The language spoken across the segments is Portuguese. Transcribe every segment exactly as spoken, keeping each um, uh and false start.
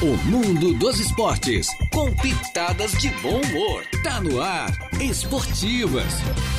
O mundo dos esportes, com pitadas de bom humor. Tá no ar, Esportivas.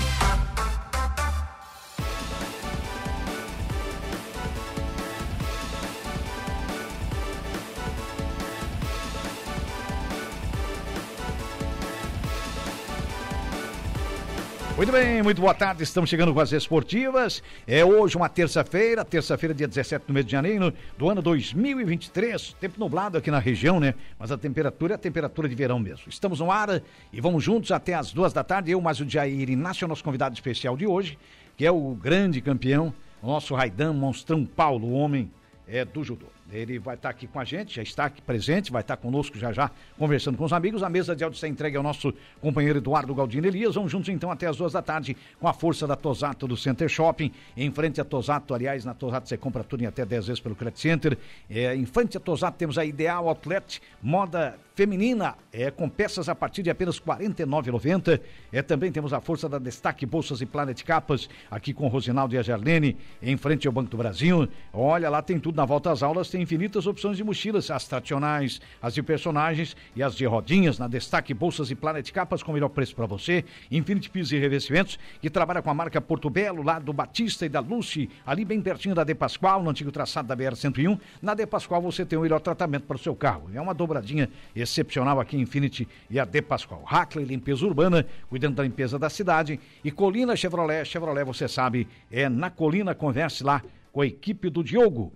Muito bem, muito boa tarde, estamos chegando com as esportivas. É hoje uma terça-feira, terça-feira, dia dezessete do mês de janeiro do ano dois mil e vinte e três. Tempo nublado aqui na região, né? Mas a temperatura é a temperatura de verão mesmo. Estamos no ar e vamos juntos até as duas da tarde. Eu, mais o Jair Inácio, nosso convidado especial de hoje, que é o grande campeão, o nosso Raidan Monstrão Paulo, o homem é, do judô. Ele vai estar aqui com a gente, já está aqui presente, vai estar conosco já já, conversando com os amigos. A mesa de áudio está entregue ao nosso companheiro Eduardo Galdino Elias. Vamos juntos então até as duas da tarde com a força da Tosato do Center Shopping. Em frente a Tosato, aliás, na Tosato você compra tudo em até dez vezes pelo Credit Center. É, em frente a Tosato temos a Ideal Outlet, moda feminina, é, com peças a partir de apenas quarenta e nove reais e noventa centavos. É, também temos a força da Destaque Bolsas e Planet Capas, aqui com o Rosinaldo e a Jarlene, em frente ao Banco do Brasil. Olha, lá tem tudo na volta às aulas, tem infinitas opções de mochilas, as tradicionais, as de personagens e as de rodinhas, na Destaque Bolsas e Planet Capas, com o melhor preço para você. Infinity Pisos e Revestimentos, que trabalha com a marca Porto Belo, lá do Batista e da Lucy, ali bem pertinho da De Pascoal, no antigo traçado da B R cento e um. Na De Pascoal você tem o melhor tratamento para o seu carro. É uma dobradinha excepcional aqui em Infinity e a De Pascoal. Hackley Limpeza Urbana, cuidando da limpeza da cidade. E Colina Chevrolet, Chevrolet você sabe, é na Colina. Converse lá com a equipe do Diogo.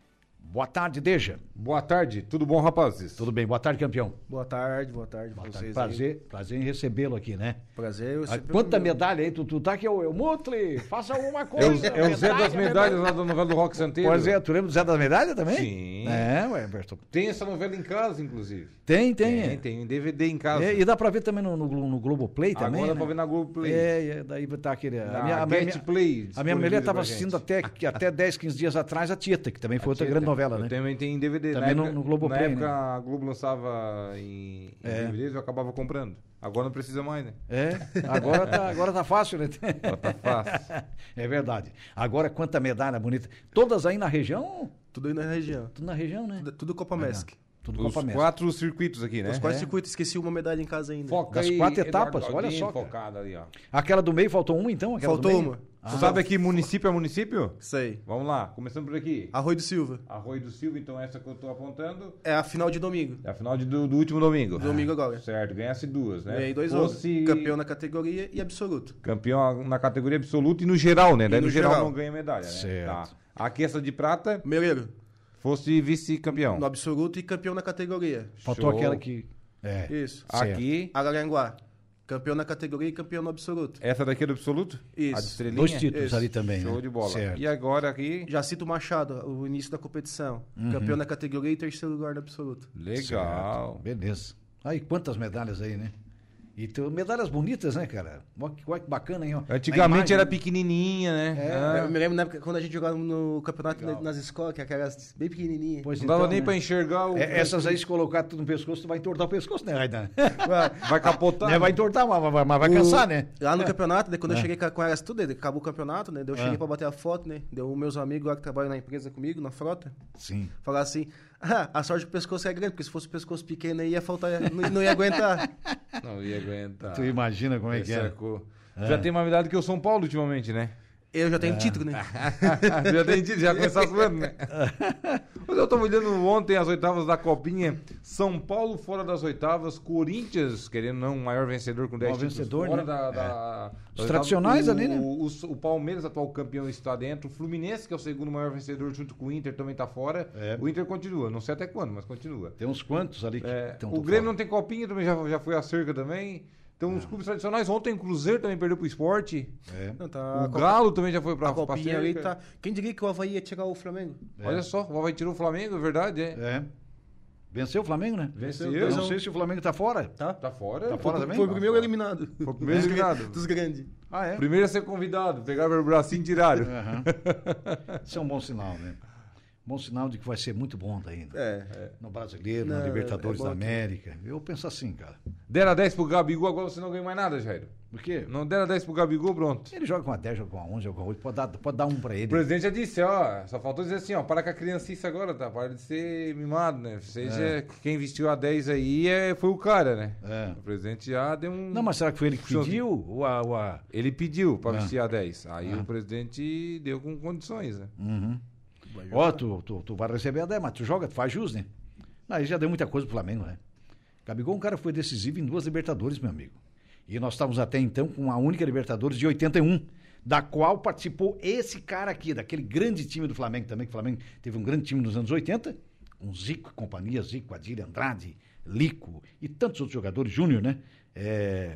Boa tarde, Deja. Boa tarde, tudo bom, rapazes? Tudo bem, boa tarde, campeão. Boa tarde, boa tarde boa pra tarde. vocês. Prazer, aí. prazer em recebê-lo aqui, né? Prazer, eu sempre... Quanta medalha aí, tu, tu tá aqui, eu, eu Mutli, faça alguma coisa. É o, é o Zé das medalhas lá da novela do Rock Santeiro. Pois é, tu lembra do Zé das medalhas também? Sim. É, ué, Berto. Tem essa novela em casa, inclusive. Tem, tem. Tem, é. tem um D V D em casa. É, e dá pra ver também no, no, no Globoplay também, Agora né? dá pra ver na Globoplay. É, é, daí tá aquele... Na a minha, a Get minha, Play. a minha mulher tava assistindo até, até dez, quinze dias atrás a Tieta, que também foi A outra Tieta, grande novela, né? Também tem em D V D. Também na no, época, no Globoplay, Na época né? a Globo lançava em, em É. D V Ds, eu acabava comprando. Agora não precisa mais, né? É, agora tá, agora tá fácil, né? Agora tá fácil. É verdade. Agora, quanta medalha bonita. Todas aí na região? Tudo aí na região. Tudo na região, né? Tudo, tudo Copa Mesc. Tudo Os Copa Mestre. quatro circuitos aqui, né? Os quatro É. circuitos, esqueci uma medalha em casa ainda. Foca Das aí, quatro Eduardo etapas, olha Galdino, só, cara. focada ali, ó. Aquela do meio faltou uma, então? Aquela Faltou do meio? uma. Ah, Você sabe aqui município é município? Isso aí. Vamos lá, começando por aqui. Arroio do Silva. Arroio do Silva, então essa que eu tô apontando É a final de domingo. é a final de, do, do último domingo. Domingo agora. Certo, ganhasse duas, né? Ganhei dois Fosse ouro. Campeão na categoria e absoluto. campeão na categoria absoluta e no geral, né? Daí no no geral, geral. não ganha medalha, né? Certo. Tá. Aqui essa de prata, Meleiro. fosse vice-campeão. No absoluto e campeão na categoria. Faltou Show. aquela que... É. Isso. Certo. Aqui, Araranguá. Campeão na categoria e campeão no absoluto. essa daqui é do absoluto? Isso. A de estrelinha? Dois títulos Isso. ali também, Show né? de bola. Certo. E agora aqui, Jacinto Machado, o início da competição. Campeão na categoria e terceiro lugar no absoluto. legal. Beleza. Aí, quantas medalhas aí, né? E tem medalhas bonitas, né, cara? Olha que, olha que bacana, hein? Ó. Antigamente Na imagem, era pequenininha, né? Ah, Eu me lembro na época quando a gente jogava no campeonato Legal. nas escolas, que aquelas bem pequenininhas. Pois não dava então, nem né? pra enxergar o... É, essas aí, se colocar tudo no pescoço, tu vai entortar o pescoço, né, Raidan? Vai capotar. Né, vai entortar, mas, mas- mas vai cansar, né? Lá no campeonato, daí quando É. eu cheguei com com elas tudo, daí acabou o campeonato, né? Daí eu cheguei Ah. pra bater a foto, né? Deu meus amigos lá que trabalham na empresa comigo, na frota, Sim. falar assim: ah, a sorte que o pescoço é grande, porque se fosse o pescoço pequeno aí ia faltar, não, não ia aguentar. Não ia aguentar. Tu imagina como é que é. Sacou. Já tem mais idade que o São Paulo ultimamente, né? Eu já tenho título, né? já tem tido, já começou falando, né? Mas eu tava olhando ontem as oitavas da Copinha. São Paulo fora das oitavas, Corinthians, querendo não, o maior vencedor com dez Maior títulos vencedor, fora né? da, É. da- das Os oitavas. tradicionais o, ali, né? O, o- o Palmeiras, atual campeão, está dentro. O Fluminense, que é o segundo maior vencedor junto com o Inter, também tá fora. É. O Inter continua, não sei até quando, mas continua. Tem uns quantos ali que É, estão o Grêmio não tem copinha, também já, já foi a cerca também. Então, os clubes tradicionais, ontem o Cruzeiro também perdeu pro Esporte. É. Não, tá, O a Copa- Galo também já foi pra, a pra copinha cerca. ali tá. Quem diria que o Avaí ia tirar o Flamengo? Olha só, o Havaí tirou o Flamengo, é verdade, é. É. Venceu o Flamengo, né? Venceu. Eu não sei se o Flamengo tá fora. Tá? Tá fora? Tá fora Foi- também? Foi o primeiro eliminado. Foi o primeiro eliminado. Dos grandes. Ah, é? Primeiro a ser convidado, pegaram o bracinho e tiraram. Aham. Isso é um bom sinal, né? Bom sinal de que vai ser muito bom daí, né? É. é. No Brasileiro, Não, na Libertadores é da bom que- América. Eu penso assim, cara. Deram dez pro Gabigol, agora você não ganha mais nada, Jair. Por quê? Não deram dez pro Gabigol, pronto. Ele joga com a dez, joga com a onze, joga com a oito, pode dar, pode dar um pra ele. O presidente já disse, ó, só faltou dizer assim, ó, para com a criancice agora, tá? Para de ser mimado, né? Seja, É. quem vestiu a dez aí é, foi o cara, né? É. O presidente já deu um... Não, mas será que foi ele que Puxou- pediu? Ou a, ou a... Ele pediu pra Ah. vestir a dez. Aí Ah. o presidente deu com condições, né? Uhum. Vai Ó, jogar. tu, tu, tu vai receber a dez, mas tu joga, tu faz jus, né? Aí já deu muita coisa pro Flamengo, né? Gabigol, um cara que foi decisivo em duas Libertadores, meu amigo. E nós estávamos até então com a única Libertadores de oitenta e um, da qual participou esse cara aqui, daquele grande time do Flamengo também, que o Flamengo teve um grande time nos anos oitenta, com Zico e companhia, Zico, Adílio, Andrade, Lico e tantos outros jogadores, Júnior, né? É,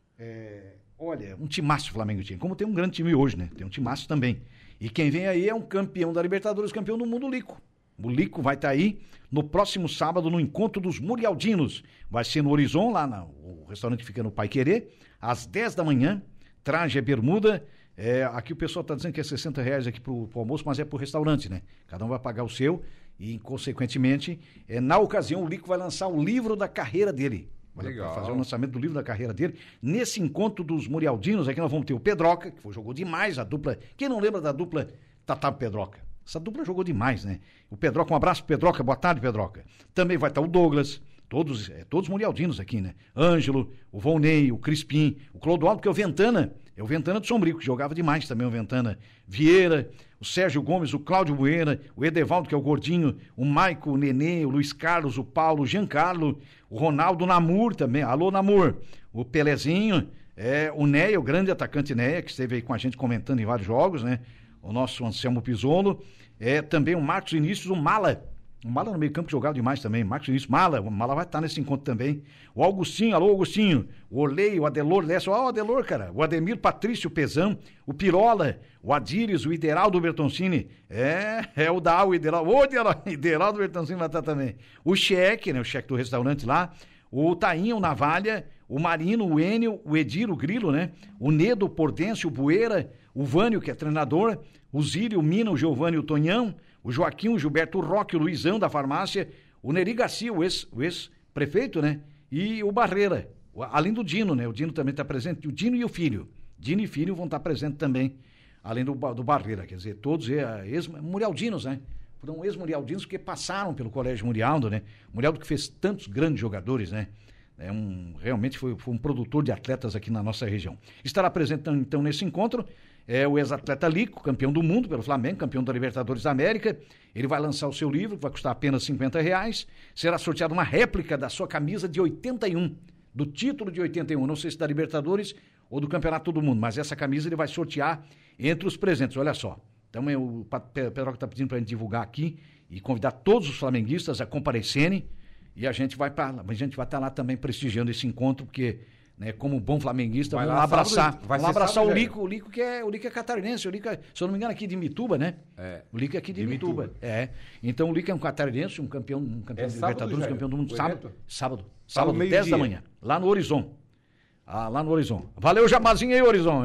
é, olha, um timaço o Flamengo tinha, como tem um grande time hoje, né? Tem um timaço também. E quem vem aí é um campeão da Libertadores, campeão do mundo, o Lico. O Lico vai estar aí no próximo sábado no Encontro dos Murialdinos. Vai ser no Horizon, lá no o restaurante fica no Pai Querer, às dez da manhã. Traje é bermuda. É, aqui o pessoal está dizendo que é sessenta reais aqui pro, pro almoço, mas é pro restaurante, né? Cada um vai pagar o seu e, consequentemente, é, na ocasião, o Lico vai lançar o livro da carreira dele. Vai Legal. fazer o lançamento do livro da carreira dele. Nesse Encontro dos Murialdinos, aqui nós vamos ter o Pedroca, que foi, jogou demais a dupla. Quem não lembra da dupla Tatá Pedroca? Essa dupla jogou demais, né? O Pedroca, um abraço pro Pedroca, boa tarde, Pedroca. Também vai estar o Douglas, todos, é, todos murialdinos aqui, né? Ângelo, o Volney, o Crispim, o Clodoaldo, que é o Ventana, é o Ventana do Sombrio, que jogava demais também, o Ventana. Vieira, o Sérgio Gomes, o Cláudio Bueira, o Edevaldo, que é o Gordinho, o Maico, o Nenê, o Luiz Carlos, o Paulo, o Giancarlo, o Ronaldo Namur também, alô Namur, o Pelezinho, é, o Neia, o grande atacante Neia, que esteve aí com a gente comentando em vários jogos, né? O nosso Anselmo Pisolo, é, também o Marcos Vinícius, o Mala, o Mala no meio campo que jogava demais também, Marcos Vinícius, Mala, o Mala vai estar nesse encontro também, o Augustinho, alô Augustinho, o Orley, o Adelor Lessa, ó o Adelor, cara, o Ademir Patrício Pezão, o Pirola, o Adires, o Ideraldo Bertoncini, é, é o da o Ideraldo, o Ideraldo, Ideraldo Bertoncini vai estar também, o Cheque, né, o Cheque do restaurante lá, o Tainha, o Navalha, o Marino, o Enio, o Edir, o Grilo, né, o Nedo, o Pordêncio, o Bueira, o Vânio, que é treinador, o Zírio, o Mina, o Giovanni, o Tonhão, o Joaquim, o Gilberto Roque, o Luizão da farmácia, o Neri Garcia, o ex, o ex-prefeito, né? E o Barreira, o, além do Dino, né? O Dino também está presente, o Dino e o filho. Dino e filho vão estar presentes também, além do, do Barreira, quer dizer, todos é, ex-murialdinos, né? Foram ex-murialdinos que passaram pelo Colégio Murialdo, né? Murialdo que fez tantos grandes jogadores, né? É um, realmente foi, foi um produtor de atletas aqui na nossa região. Estará presente então nesse encontro é o ex-atleta Lico, campeão do mundo pelo Flamengo, campeão da Libertadores da América. Ele vai lançar o seu livro, que vai custar apenas cinquenta reais. Será sorteada uma réplica da sua camisa de oitenta e um, do título de oitenta e um, não sei se da Libertadores ou do Campeonato do Mundo, mas essa camisa ele vai sortear entre os presentes, olha só. Então é o Pedro que está pedindo para a gente divulgar aqui e convidar todos os flamenguistas a comparecerem. E a gente vai para a gente vai estar lá também prestigiando esse encontro, porque, né, como bom flamenguista, Vai vamos lá lá abraçar, sábado, vai vamos ser abraçar sábado, o Jair? Lico, o Lico que é, o Lico é catarinense, o Lico é, se eu não me engano, aqui de Mituba, né? É. O Lico é aqui de, De Mituba. Mituba. É. Então o Lico é um catarinense, um campeão, um campeão É de sábado, Libertadores, Jair? campeão do mundo, O sábado, evento? sábado, Sábado, sábado, meio-dia. dez da manhã, lá no Horizon. Ah, lá no Horizon. Valeu, Jamazinho aí, Horizon.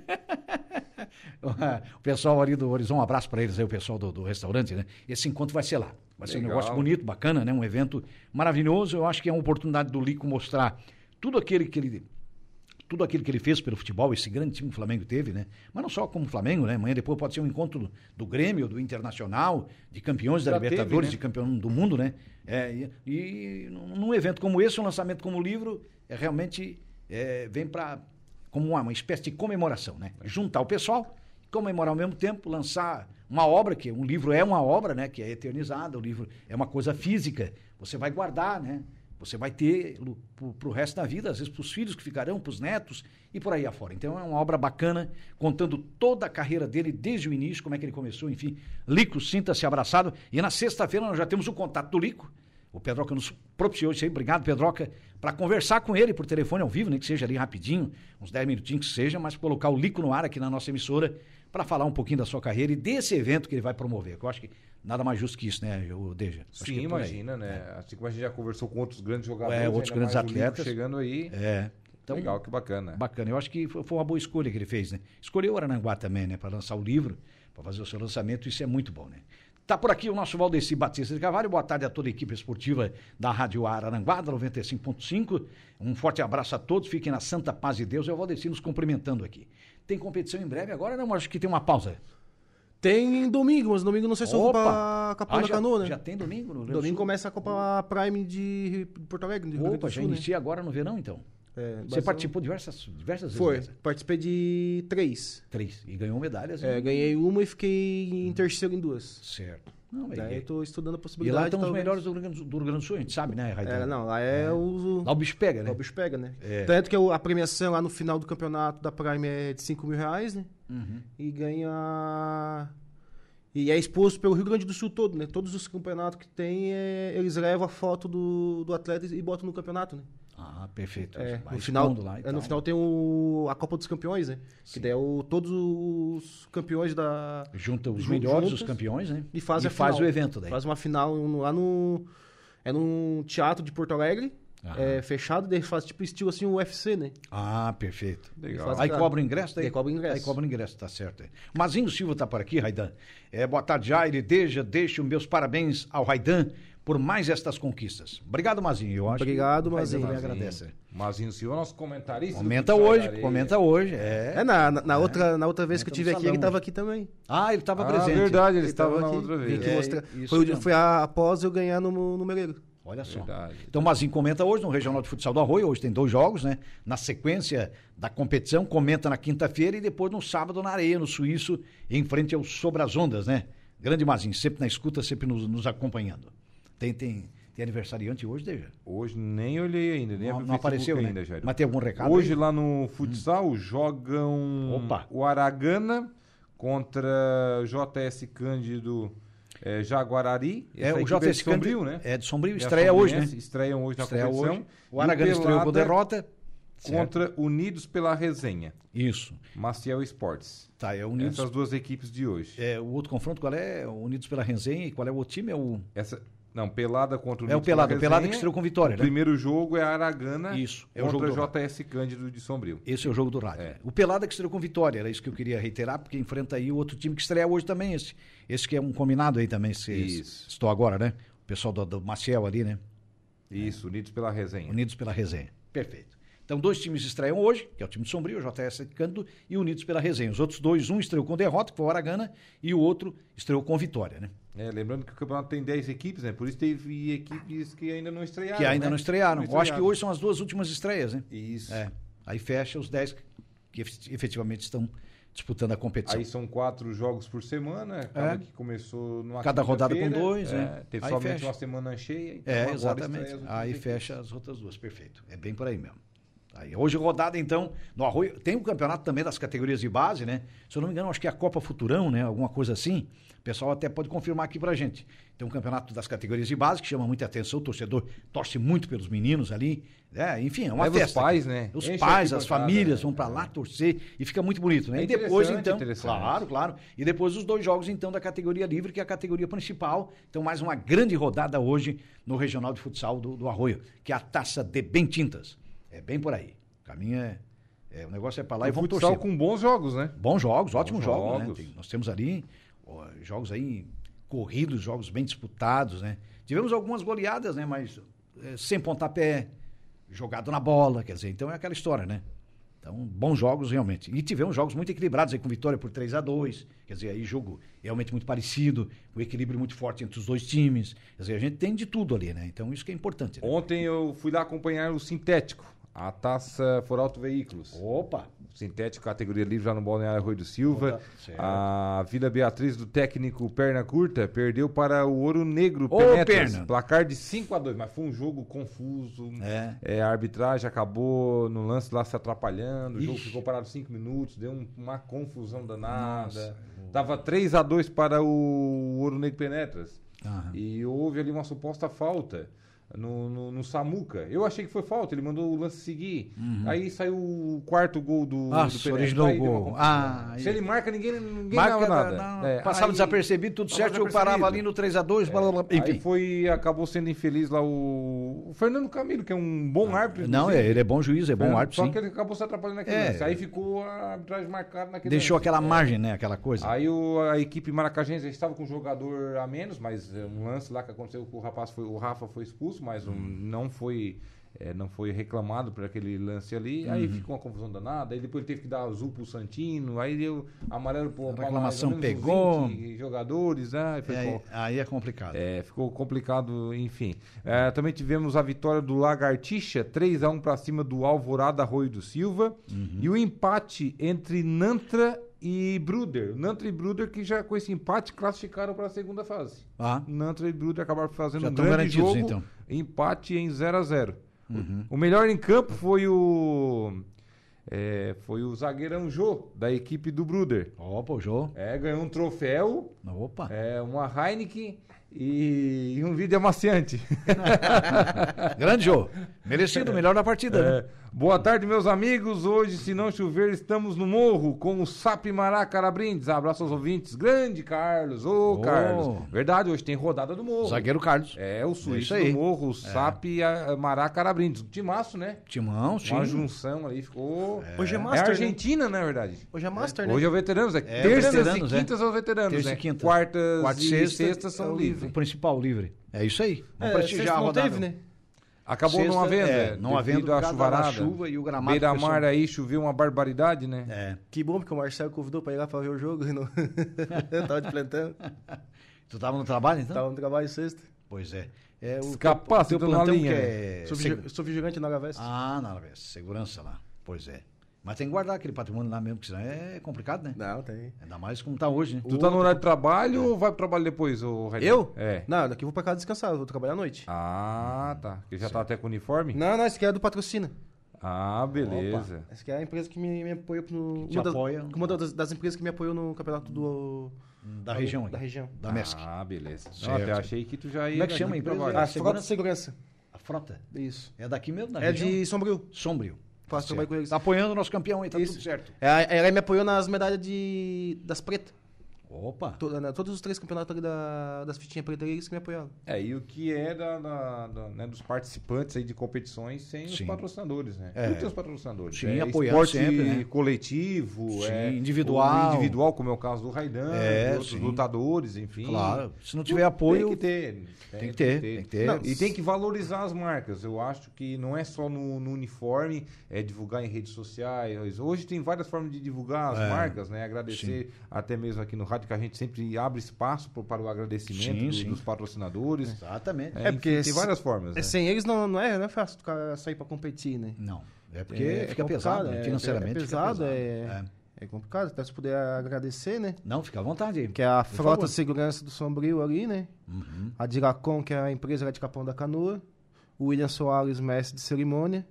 O pessoal ali do Horizon, um abraço para eles aí, o pessoal do, do restaurante, né? Esse encontro vai ser lá. Vai ser um Legal. negócio bonito, bacana, né? Um evento maravilhoso. Eu acho que é uma oportunidade do Lico mostrar tudo aquele que ele, tudo aquilo que ele fez pelo futebol, esse grande time que o Flamengo teve, né? Mas não só como o Flamengo, né? Amanhã depois pode ser um encontro do, do Grêmio, do Internacional, de campeões da Já Libertadores, teve, né? de campeão do mundo, né? É, e, e num evento como esse, um lançamento como o livro, é realmente é, vem para como uma, uma espécie de comemoração, né? Juntar o pessoal, comemorar ao mesmo tempo, lançar uma obra, que um livro é uma obra, né? Que é eternizada, o livro é uma coisa física, você vai guardar, né? Você vai ter para o resto da vida, às vezes para os filhos que ficarão, para os netos e por aí afora. Então é uma obra bacana, contando toda a carreira dele desde o início, como é que ele começou, enfim. Lico, sinta-se abraçado. E na sexta-feira nós já temos o contato do Lico. O Pedroca nos propiciou isso aí. Obrigado, Pedroca, para conversar com ele por telefone ao vivo, nem que seja ali rapidinho, uns dez minutinhos que seja, mas colocar o Lico no ar aqui na nossa emissora para falar um pouquinho da sua carreira e desse evento que ele vai promover. Que eu acho que nada mais justo que isso, né, eu, Deja? Acho que Sim, é por aí. imagina, né? Assim como a gente já conversou com outros grandes jogadores, É, outros ainda grandes mais o Lico atletas. chegando aí. É. Então, Legal, que bacana. Bacana. Eu acho que foi foi uma boa escolha que ele fez, né? Escolheu o Arananguá também, né? Para lançar o livro, para fazer o seu lançamento, isso é muito bom, né? Tá por aqui o nosso Valdeci Batista de Carvalho. Boa tarde a toda a equipe esportiva da Rádio Araranguá, noventa e cinco ponto cinco. Um forte abraço a todos, fiquem na santa paz de Deus. É o Valdeci nos cumprimentando aqui. Tem competição em breve agora, não? Acho que tem uma pausa. Tem domingo, mas domingo não sei se eu vou pra Capão ah, da já, Canoa, né? Já tem domingo no Rio Domingo Sul? começa a Copa Prime de Porto Alegre, de Rio Grande Opa, do já Sul, inicia agora no verão, então. É, Você participou diversas, diversas Foi, vezes? Foi, participei de três. Três. E ganhou medalhas? É, né? ganhei uma e fiquei em terceiro em duas. Certo. Não, mas Daí e- eu tô estudando a E possibilidade. lá estão os talvez. melhores do Rio, Grande, do Rio Grande do Sul, a gente sabe, né, Raidão? É, não, lá é, É. o... Lá o bicho pega, né? Lá o bicho pega, né? É. Tanto que eu- a premiação lá no final do campeonato da Prime é de cinco mil reais, né? Uhum. E ganha... E é exposto pelo Rio Grande do Sul todo, né? Todos os campeonatos que tem, é, eles levam a foto do, do atleta e botam no campeonato, né? Ah, perfeito. É, Vai no, final, expondo lá e é, tal. no final tem o, a Copa dos Campeões, né? Que daí é o, todos os campeões da... Junta os Ju- melhores, juntas os campeões, né? E faz, a faz final. o evento daí. Faz uma final no- lá no... É num teatro de Porto Alegre, Aham. é, fechado, daí faz tipo estilo assim o U F C, né? Ah, perfeito. Legal. Faz- Aí Claro. cobra o ingresso daí? Daí cobra o ingresso. Aí cobra o ingresso, tá certo. é. Mazinho Silva tá por aqui, Raidan. É, boa tarde, Jair. Deja, deixo meus parabéns ao Raidan por mais estas conquistas. Obrigado, Mazinho. Eu acho Obrigado, que o Raidan Mazinho. também agradece. Mazinho Silva, nosso comentarista. do Comenta Futsal hoje, da Areia. comenta hoje. É. É, na, na, na outra, na outra vez que eu Entra no tive aqui, salão. ele tava aqui também. Ah, ele estava Ah, presente. verdade, ele Ele estava tava na aqui, outra vim vez. aqui É, mostrar. isso Foi, o- mesmo. foi a- após eu ganhar no, no Mereiro. Olha só. Verdade. Então, Mazinho comenta hoje no Regional de Futsal do Arroio. Hoje tem dois jogos, né? Na sequência da competição, comenta na quinta-feira e depois no sábado na Areia, no Suíço, em frente ao Sobre as Ondas, né? Grande Mazinho, sempre na escuta, sempre nos, nos acompanhando. Tem, tem, tem aniversariante hoje, Deja? Hoje nem olhei ainda, nem Não, abri o não Facebook apareceu, ainda, né? Jair. Mas tem algum recado Hoje aí? lá no futsal jogam Opa. o Aragana contra J S Cândido eh, Jaguarari. É, Essa o equipe J é S de Sombrio, Cândido- né? É de Sombrio, E a estreia hoje, né? Sombriense Estreiam hoje na Estreia competição. hoje. O E Aragana estreou com Pelada derrota. Contra Unidos pela Resenha, Isso. Maciel Esportes. Tá, é Unidos. Essas duas equipes de hoje. É, o outro confronto, qual é? Unidos pela Resenha. E qual é o outro time? É o, Essa, não, Pelada contra Unidos é o Pelada. pela O Pelada que Resenha. estreou com vitória, O né? primeiro jogo é a Aragana Isso, é o contra jogo do J S Cândido de Sombrio. Esse é o jogo do rádio. É. né? O Pelada que estreou com vitória, era isso que eu queria reiterar, porque enfrenta aí o outro time que estreia hoje também, esse. Esse que é um combinado aí também, se, Isso. estou agora, né? O pessoal do, do Maciel ali, né? Isso, Unidos pela Resenha. Unidos pela Resenha. Perfeito. Então, dois times estreiam hoje, que é o time de Sombrio, o J S Cândido, e Unidos pela Resenha. Os outros dois, um estreou com derrota, que foi o Aragana, e o outro estreou com vitória, né? É, lembrando que o campeonato tem dez equipes, né? Por isso teve equipes que ainda não estrearam. Que ainda né? não estrearam. Eu acho que estrearam. hoje são as duas últimas estreias, né? Isso. É. Aí fecha os dez que efet- efetivamente estão disputando a competição. Aí são quatro jogos por semana, cada É. que começou numa Cada rodada com quinta-feira, dois, é, né? Teve Aí somente fecha. uma semana cheia. Então É, agora exatamente. estreia as últimas Aí equipes. fecha as outras duas, perfeito. É bem por aí mesmo. Aí, hoje rodada, então, no Arroio. Tem o campeonato também das categorias de base, né? Se eu não me engano, acho que é a Copa Futurão, né? Alguma coisa assim. O pessoal até pode confirmar aqui pra gente. Tem um campeonato das categorias de base que chama muita atenção. O torcedor torce muito pelos meninos ali. É, enfim, é uma Leva os festa. pais, né? Os Enche a pais, as arquibancada, famílias né? vão pra lá É. torcer e fica muito bonito, né? É e depois, interessante, então. interessante. Claro, claro. E depois os dois jogos, então, da categoria livre, que é a categoria principal. Então, mais uma grande rodada hoje no Regional de Futsal do, do Arroio, que é a Taça de Bentintas. É bem por aí. O caminho é, é. O negócio é pra lá e O vamos futsal torcer. com bons jogos, né? Bons jogos, ótimos jogos, jogos. né? Tem- nós temos ali ó, jogos aí corridos, jogos bem disputados, né? Tivemos algumas goleadas, né? Mas é, sem pontapé, jogado na bola, quer dizer, então é aquela história, né? Então, bons jogos realmente. E tivemos jogos muito equilibrados aí, com vitória por três a dois, quer dizer, aí jogo realmente muito parecido, o equilíbrio muito forte entre os dois times. Quer dizer, a gente tem de tudo ali, né? Então, isso que é importante. Né? Ontem eu fui lá acompanhar o Sintético, a Taça For Auto Veículos. Opa! Sintético, categoria livre já no Balneário Arroio do Silva. Opa, certo. A Vila Beatriz do técnico Perna Curta perdeu para o Ouro Negro Ô, Penetras, Perna. placar de cinco a dois, mas foi um jogo confuso. É. É, a arbitragem acabou no lance lá se atrapalhando, o jogo Ixi. ficou parado cinco minutos, deu um- uma confusão danada. Nossa. Tava três a dois para o Ouro Negro Penetras. Aham. E houve ali uma suposta falta no, no, no Samuca. Eu achei que foi falta, ele mandou o lance seguir. Uhum. Aí saiu o quarto gol do, Nossa, do Pelé. originou o Aí deu uma gol. confusão. Ah, Se ele marca, ninguém, ninguém marca, dava nada. Não, É, passava aí, desapercebido, tudo certo, eu parava ali no três a dois, é, blá, blá, blá, enfim. Aí foi, acabou sendo infeliz lá o, o Fernando Camilo, que é um bom árbitro. Não, é, ele é bom juiz, é bom É, árbitro, Só sim. que ele acabou se atrapalhando naquele É. lance. Aí ficou a arbitragem marcada naquele Deixou lance. aquela É. margem, né, aquela coisa. Aí o, a equipe maracajense já estava com um jogador a menos, mas é, um lance lá que aconteceu que o rapaz foi, o Rafa foi expulso, mas um, não foi é, não foi reclamado por aquele lance ali. Uhum. Aí ficou uma confusão danada. Aí depois ele teve que dar azul pro Santino. Aí deu amarelo pro a reclamação pegou vinte jogadores, né? Foi, é, aí é complicado. É, ficou complicado, enfim. É, também tivemos a vitória do Lagartixa, três a um para cima do Alvorada Arroio do Silva. Uhum. E o empate entre Nantra e Bruder. Nantra e Bruder que já com esse empate classificaram para a segunda fase. Ah. Nantra e Bruder acabaram fazendo já um grande jogo. Então. Empate em zero a zero. Uhum. O melhor em campo foi o... É, foi o zagueirão Jô, da equipe do Bruder. Opa, o Jô. É, ganhou um troféu. Opa. É, uma Heineken e, e um vídeo amaciante. Grande Jô. Merecido, o melhor da partida. É. Né? Boa tarde, meus amigos. Hoje, se não chover, estamos no morro com o Sapimará Carabrindes. Abraço aos ouvintes. Grande Carlos. Ô, oh. Carlos. Verdade, hoje tem rodada do morro. Zagueiro Carlos. É, o suíço é do morro, o é. Sapimará Carabrindes. Timaço, né? Timão, sim. Uma junção ali, ficou... É. Hoje é Master, É Argentina, né, na verdade. Hoje é Master, é. né? Hoje é o veteranos. É, é terças veteranos, e quintas é. é os veteranos, Terça né? e quinta. Quartas Quarta, e sexta, sextas são é o, livres. O principal livre. É isso aí. Vamos é, prestigiar a não rodada. teve, né? Acabou Sexta, não havendo, é, não havendo a chuvarada. chuva e o gramado. Beira-mar aí choveu uma barbaridade, né? É. Que bom, porque o Marcelo convidou pra ir lá pra ver o jogo. E não... Eu tava de plantão. Tu tava no trabalho, então? Tava no trabalho sexta. Pois é. é o Capaz, teu, teu plantão linha, que é... Sou, Segu... sou vigilante na Aravés. Ah, na Aravés. Segurança lá. Pois é. Mas tem que guardar aquele patrimônio lá mesmo, porque senão é complicado, né? Não, tem. Ainda mais como tá hoje, né? Tu tá no horário de trabalho é. ou vai pro trabalho depois, ô Raimundo? Eu? É. Não, daqui eu vou pra casa descansar, eu vou trabalhar à noite. Ah, tá. Porque já tá até com uniforme? Não, não, esse aqui é do patrocínio. Ah, beleza. Opa. Essa aqui é a empresa que me, me apoia no... Te uma apoia. Das, uma das, das empresas que me apoiou no campeonato do... Da região aí. Da região. Da M E S C. Ah, beleza. Certo. Não, até achei que tu já ia... Como é que chama a empresa? trabalho. A Segurança? Frota de Segurança. A Frota? Isso. É daqui mesmo, da É região? de Sombrio. Sombrio. Faço trabalho com eles. Tá apoiando o nosso campeão aí, tá Isso. tudo certo. É, ela me apoiou nas medalhas de, das pretas. Opa. Toda, né, todos os três campeonatos ali da, das fitinhas pretas, eles que me apoiaram. É, e o que é da, da, da, né, dos participantes aí de competições sem Sim. os patrocinadores, né? É. Tudo tem os patrocinadores. Sim, é, apoiando esporte sempre, né? coletivo, Sim, é, individual. ou individual, como é o caso do Raidan, É, de outros sim. lutadores, enfim. Claro. Se não tiver apoio... Tem que ter. Tem que ter, tem que ter. Não, e tem que valorizar as marcas. Eu acho que não é só no, no uniforme, é divulgar em redes sociais. Hoje tem várias formas de divulgar as É, marcas, né? Agradecer sim. até mesmo aqui no rádio, que a gente sempre abre espaço pro, para o agradecimento Sim, do- sim. dos patrocinadores. Exatamente. É, porque enfim, tem se- várias formas. Né? Sem eles não, não, é, não é fácil cara sair pra competir, né? Não. É porque É, fica é pesado, complicado, né? é- Financeiramente é pesado, fica pesado. é- É complicado, até se puder agradecer, né? Não, fica à vontade aí. Que é a Por Frota favor. de Segurança do Sombrio ali, né? Uhum. A Diracom, que é a empresa lá de Capão da Canoa. O William Soares, mestre de cerimônia.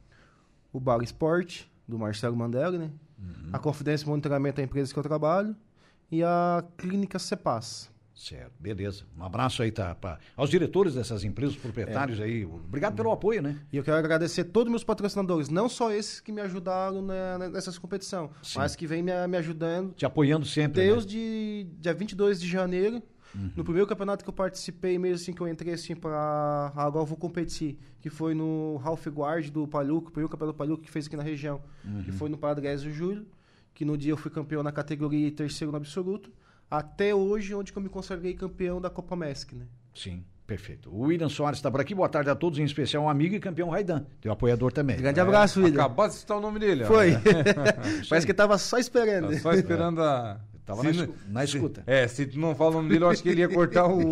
O Bar Sport, do Marcelo Mandelli, né? Uhum. A Confidência e Monitoramento é a empresa que eu trabalho. E a Clínica Cepaz. Certo, beleza. Um abraço aí tá, pra, aos diretores dessas empresas, proprietários É. aí. Obrigado pelo apoio, né? E eu quero agradecer todos os meus patrocinadores, não só esses que me ajudaram né, nessas competições, Sim. mas que vem me, me ajudando Te apoiando sempre. desde né? dia vinte e dois de janeiro. Uhum. No primeiro campeonato que eu participei, mesmo assim que eu entrei assim para agora eu vou competir, que foi no Ralph Guard do Paluco, o primeiro campeonato do Paluco que fez aqui na região, Uhum. que foi no Padre Gésio Júlio, que no dia eu fui campeão na categoria terceiro no absoluto, até hoje onde que eu me consagrei campeão da Copa M E S C, né? Sim, perfeito. O William Soares está por aqui. Boa tarde a todos, em especial um amigo e campeão Raidan, teu apoiador também. Grande abraço, William. Acabou de citar o nome dele. ó. Foi. É. Parece que ele tava só esperando. Tá só esperando a... Tava Se na, não- escu- na escuta. É, se tu não fala o nome dele, eu acho que ele ia cortar o.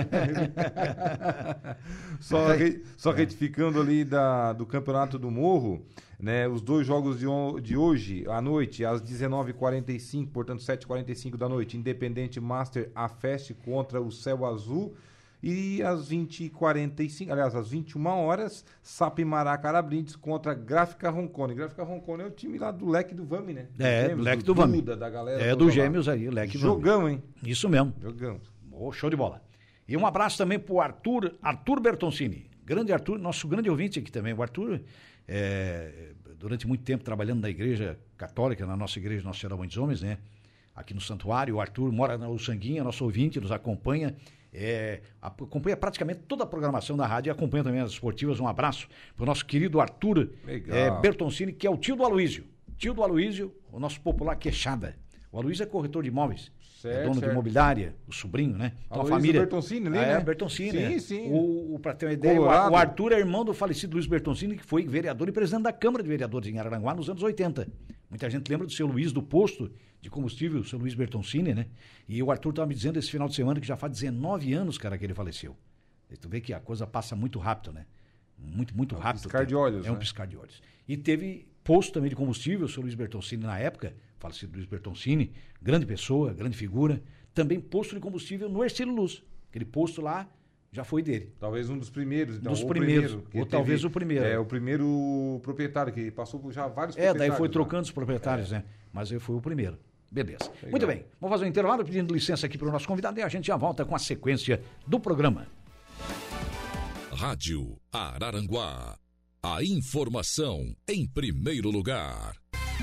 só, re- só retificando ali da, do Campeonato do Morro, né? Os dois jogos de, on- de hoje, à noite, às dezenove e quarenta e cinco, portanto, sete e quarenta e cinco da noite, Independente Master A Fest contra o Céu Azul. E às vinte e quarenta e cinco, aliás, às vinte e uma horas, Sapimará Carabrindes contra Gráfica Roncone. Gráfica Roncone é o time lá do Leque do Vame, né? É, Gêmeos, do Leque do Vame. Duda, da galera É toda do lá. Gêmeos aí, Leque Vame. Jogão, hein? Isso mesmo. Jogão. Oh, show de bola. E um abraço também pro Arthur, Arthur Bertoncini. Grande Arthur, nosso grande ouvinte aqui também. O Arthur, é, durante muito tempo trabalhando na igreja católica, na nossa igreja Nossa Senhora Mãe dos Homens, né? Aqui no santuário. O Arthur mora na Uçanguinha, nosso ouvinte, nos acompanha. É, acompanha praticamente toda a programação da rádio e acompanha também as esportivas. Um abraço para o nosso querido Arthur é, Bertoncini, que é o tio do Aloísio. Tio do Aloísio, o nosso popular queixada. O Aloísio é corretor de imóveis. Certo, é dono certo. de imobiliária, o sobrinho, né? Então, a família. Bertoncini ali, ah, né? É, Bertoncini. Sim, né? sim. O, o, pra ter uma ideia, o, o Arthur é irmão do falecido Luiz Bertoncini, que foi vereador e presidente da Câmara de Vereadores em Araranguá nos anos oitenta. Muita gente lembra do seu Luiz do posto de combustível, o seu Luiz Bertoncini, né? E o Arthur estava me dizendo esse final de semana que já faz dezenove anos, cara, que ele faleceu. E tu vê que a coisa passa muito rápido, né? Muito, muito rápido. É um piscar de olhos. É um né? piscar de olhos. E teve posto também de combustível, o seu Luiz Bertoncini na época, falecido Luiz Bertoncini, grande pessoa, grande figura. Também posto de combustível no Ercílio Luz. Aquele posto lá já foi dele. Talvez um dos primeiros. Então, dos ou primeiros. Primeiro, ou teve, talvez o primeiro. É, o primeiro proprietário, que passou por já vários é, proprietários. É, daí foi lá. trocando os proprietários, é. né? Mas ele foi o primeiro. Beleza. Legal. Muito bem. Vamos fazer um intervalo pedindo licença aqui para o nosso convidado e a gente já volta com a sequência do programa. Rádio Araranguá. A informação em primeiro lugar.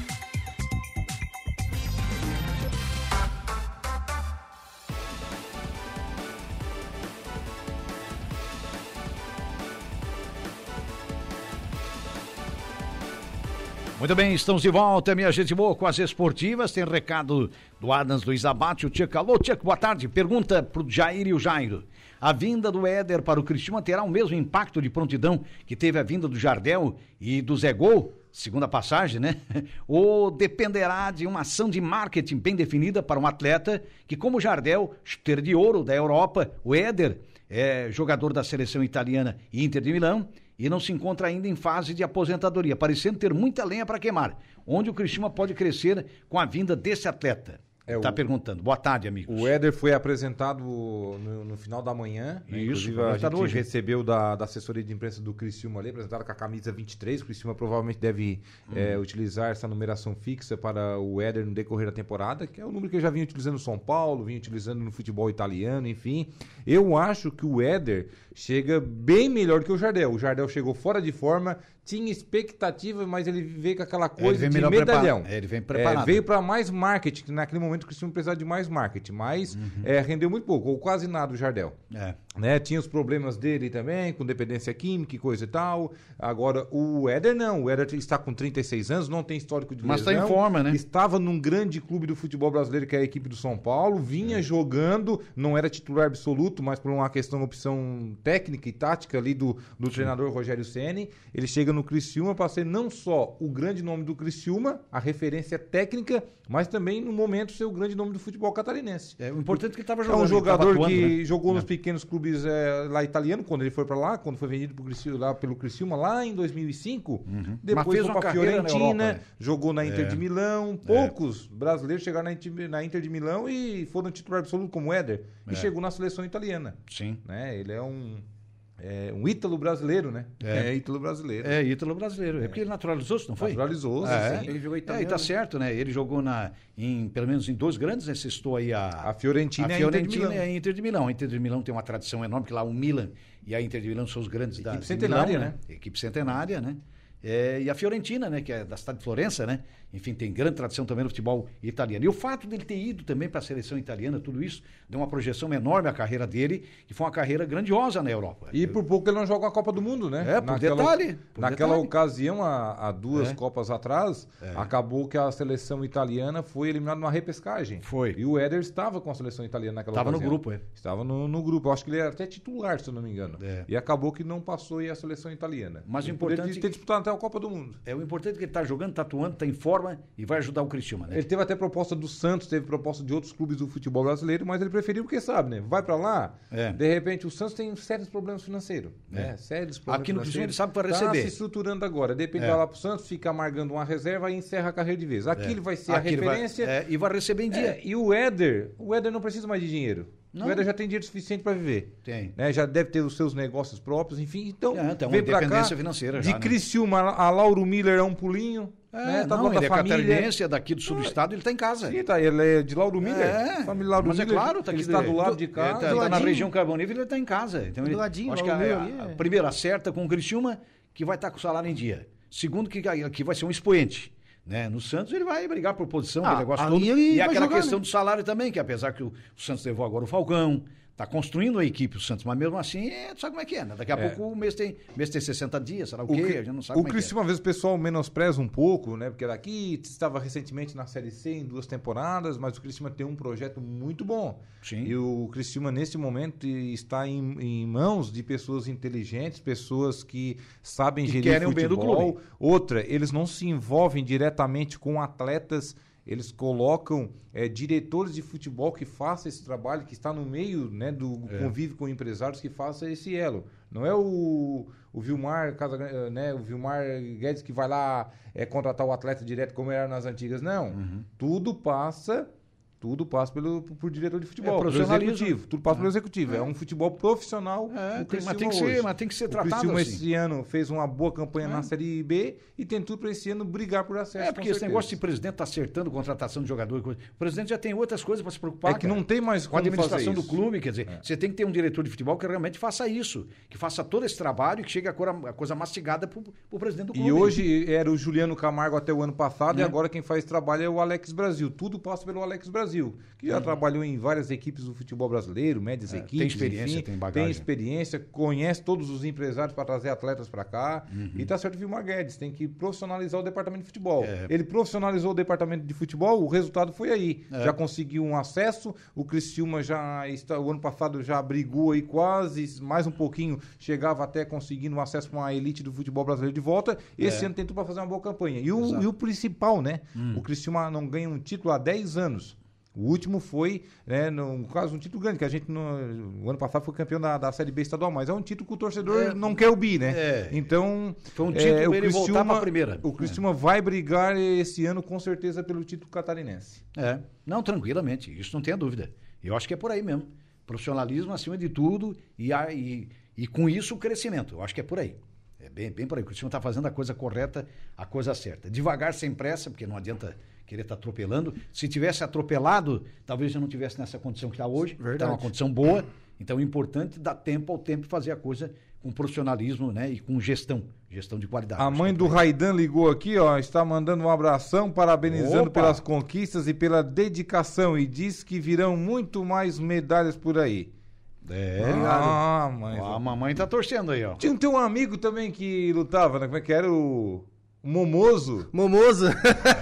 Muito bem, estamos de volta, minha gente boa, com as esportivas. Tem recado do Adams Luiz Abate, o Tcheco. Alô, Tcheco, boa tarde. Pergunta pro Jair e o Jairo. A vinda do Éder para o Criciúma terá o mesmo impacto de prontidão que teve a vinda do Jardel e do Zé Gol, segunda passagem, né? Ou dependerá de uma ação de marketing bem definida para um atleta que, como o Jardel, chuteiro de ouro da Europa, o Éder é jogador da seleção italiana e Inter de Milão, e não se encontra ainda em fase de aposentadoria, parecendo ter muita lenha para queimar. Onde o Criciúma pode crescer com a vinda desse atleta? Está é, perguntando. Boa tarde, amigos. O Éder foi apresentado no, no final da manhã. Né? Isso, Inclusive, a gente hoje. recebeu da, da assessoria de imprensa do Criciúma ali, apresentado com a camisa vinte e três. O Criciúma provavelmente deve hum. é, utilizar essa numeração fixa para o Éder no decorrer da temporada, que é o número que ele já vinha utilizando no São Paulo, vinha utilizando no futebol italiano, enfim. Eu acho que o Éder chega bem melhor que o Jardel. O Jardel chegou fora de forma, tinha expectativa, mas ele veio com aquela coisa é, de medalhão. É, ele vem preparado. É, veio para mais marketing, que naquele momento o Criciúma precisava de mais marketing, mas uhum. é, rendeu muito pouco, ou quase nada o Jardel. É. Né? Tinha os problemas dele também, com dependência química e coisa e tal. Agora, o Éder não. O Éder está com trinta e seis anos, não tem histórico de mas lesão. Mas está em forma, né? Estava num grande clube do futebol brasileiro, que é a equipe do São Paulo. Vinha é. jogando, não era titular absoluto, mas por uma questão, opção técnica e tática ali do, do treinador Rogério Ceni. Ele chega no Criciúma para ser não só o grande nome do Criciúma, a referência técnica, mas também, no momento, ser o grande nome do futebol catarinense. É, o importante é que ele estava jogando. É um jogador atuando, que né? jogou é. nos pequenos clubes é, lá italianos, quando ele foi para lá, quando foi vendido pro Criciúma, lá pelo Criciúma, lá em dois mil e cinco. Uhum. Depois foi para a Fiorentina, Europa, né? jogou na Inter é. de Milão. Poucos é. brasileiros chegaram na Inter, na Inter de Milão e foram titular absoluto, como o Éder. É. E chegou na seleção italiana. Sim. Né? Ele é um... É um ítalo brasileiro, né? É, é ítalo brasileiro. É, ítalo brasileiro. É, é porque ele naturalizou-se, não foi? Naturalizou-se, é, sim. Ele jogou italiano. É, e tá certo, né? Ele jogou na, em, pelo menos em dois grandes, né? Cestou aí a... A Fiorentina, a Fiorentina e a Inter de Milão. A Inter de Milão tem uma tradição enorme, que lá o Milan e a Inter de Milão são os grandes da... Equipe centenária, Milão, né? Equipe centenária, né? É, e a Fiorentina, né, que é da cidade de Florença, né? Enfim, tem grande tradição também no futebol italiano. E o fato dele ter ido também para a seleção italiana, tudo isso, deu uma projeção enorme à carreira dele, que foi uma carreira grandiosa na Europa. E por pouco ele não joga a Copa do Mundo, né? É, por naquela, detalhe. Por naquela detalhe. ocasião, há, há duas é. Copas atrás, é. acabou que a seleção italiana foi eliminada numa repescagem. Foi. E o Éder estava com a seleção italiana naquela Estava ocasião. no grupo, é. Estava no, no grupo. Eu acho que ele era até titular, se eu não me engano. É. E acabou que não passou e a seleção italiana. Mas o ele importante ter disputado até a Copa do Mundo. É, o importante é que ele está jogando, está atuando, está em forma e vai ajudar o Criciúma, né? Ele teve até proposta do Santos, teve proposta de outros clubes do futebol brasileiro, mas ele preferiu porque sabe, né? Vai pra lá, é. de repente o Santos tem sérios problemas financeiros, é. né? Sérios problemas Aqui no Criciúma ele sabe para tá receber. se estruturando agora, de repente é. vai lá pro Santos, fica amargando uma reserva e encerra a carreira de vez. Aqui é. ele vai ser Aqui a referência. Vai, é, e vai receber em dia. É, e o Éder, o Éder não precisa mais de dinheiro. Não. O Éder já tem dinheiro suficiente para viver. Tem. Né? Já deve ter os seus negócios próprios, enfim. Então, é, tem uma vem pra independência cá, financeira de já, né? Criciúma a Lauro Miller é um pulinho. É, né? Tá não, do lado ele da é família. catarinense, é daqui do sul do estado, ele tá em casa. Sim, tá, ele é de Lauro Miller. É, família Lauro mas Miller. é claro, tá ele aqui está do- do lado do- de Ele casa. tá, tá na ladinho. região carbonífera, ele tá em casa. Então, Do ele, ladinho, acho que lá, a, o meu a- ali a é- primeiro acerta com o Criciúma, que vai estar com o salário em dia. Segundo, que aqui vai ser um expoente. Né? No Santos ele vai brigar por posição, Ah, aquele negócio ali todo. ele E vai aquela jogar, questão né? do salário também, que apesar que o, o Santos levou agora o Falcão, tá construindo a equipe o Santos, mas mesmo assim, é, tu sabe como é que é, né? Daqui a É. pouco o mês tem, o mês tem sessenta dias, será o, O quê? Cri- A gente não sabe o como é que é. Criciúma, às vezes, o pessoal menospreza um pouco, né? Porque daqui estava recentemente na Série C em duas temporadas, mas o Criciúma tem um projeto muito bom. Sim. E o Criciúma, nesse momento, está em, em mãos de pessoas inteligentes, pessoas que sabem Que gerir querem o bem do futebol. clube. Outra, eles não se envolvem diretamente com atletas. Eles colocam é, diretores de futebol que façam esse trabalho, que está no meio, né, do É. convívio com empresários, que faça esse elo. Não é o, o Vilmar, Casa, né, o Vilmar Guedes que vai lá é, contratar o atleta direto como era nas antigas. Não. Uhum. Tudo passa... Tudo passa pelo, por diretor de futebol, É pelo profissionalismo. executivo. Tudo passa pelo executivo. É, um futebol profissional. É, o tem- mas Criciúma tem que ser- hoje. mas tem que ser O tratado Criciúma assim. esse ano fez uma boa campanha É. na Série B e tem tudo para esse ano brigar por acesso. É, com porque esse certeza. negócio de presidente tá acertando contratação de jogador. coisa- O presidente já tem outras coisas para se preocupar. É que cara. não tem mais Com a como administração fazer do isso. clube, quer dizer, É. você tem que ter um diretor de futebol que realmente faça isso, que faça todo esse trabalho e que chegue a, cor- a coisa mastigada pro, pro presidente do clube. E hoje era o Juliano Camargo até o ano passado É. e agora quem faz trabalho é o Alex Brasil. Tudo passa pelo Alex Brasil, que já trabalhou em várias equipes do futebol brasileiro, médias É, equipes. tem experiência, enfim, tem bagagem. experiência, conhece todos os empresários para trazer atletas para cá. Uhum. E tá certo o Vilmar Guedes, tem que profissionalizar o departamento de futebol. É. Ele profissionalizou o departamento de futebol, o resultado foi aí. É. Já conseguiu um acesso, o Criciúma já está, o ano passado já brigou aí quase, mais um pouquinho, chegava até conseguindo um acesso com a elite do futebol brasileiro de volta. Esse É. ano tem tudo para fazer uma boa campanha. E o, Exato. e o principal, né? Hum. O Criciúma não ganha um título há dez anos. O último foi, né, no caso, um título grande, que a gente, no, o ano passado, foi campeão da, da Série B estadual, mas é um título que o torcedor É. não quer o bi, né? É. Então, Foi um é, título o pra ele voltar Criciúma- pra primeira. O Criciúma vai brigar esse ano, com certeza, pelo título catarinense. É, não, tranquilamente, isso não tenha dúvida. Eu acho que é por aí mesmo. Profissionalismo acima de tudo e, a- e, e com isso o crescimento. Eu acho que é por aí. É bem, bem por aí. O Cristiano está fazendo a coisa correta, a coisa certa. Devagar, sem pressa, porque não adianta querer estar atropelando. Se tivesse atropelado, talvez eu não tivesse nessa condição que está hoje. Está Verdade. uma condição boa. Então é importante dar tempo ao tempo e fazer a coisa com profissionalismo, né? E com gestão, gestão de qualidade. A Acho mãe que é do por aí. Raidan ligou aqui, ó, está mandando um abração, parabenizando Opa! pelas conquistas e pela dedicação e diz que virão muito mais medalhas por aí. É, Ah, mãe. a mamãe tá torcendo aí, ó. Tinha tem um amigo também que lutava, né? Como é que era? O, o Momoso. Momoso.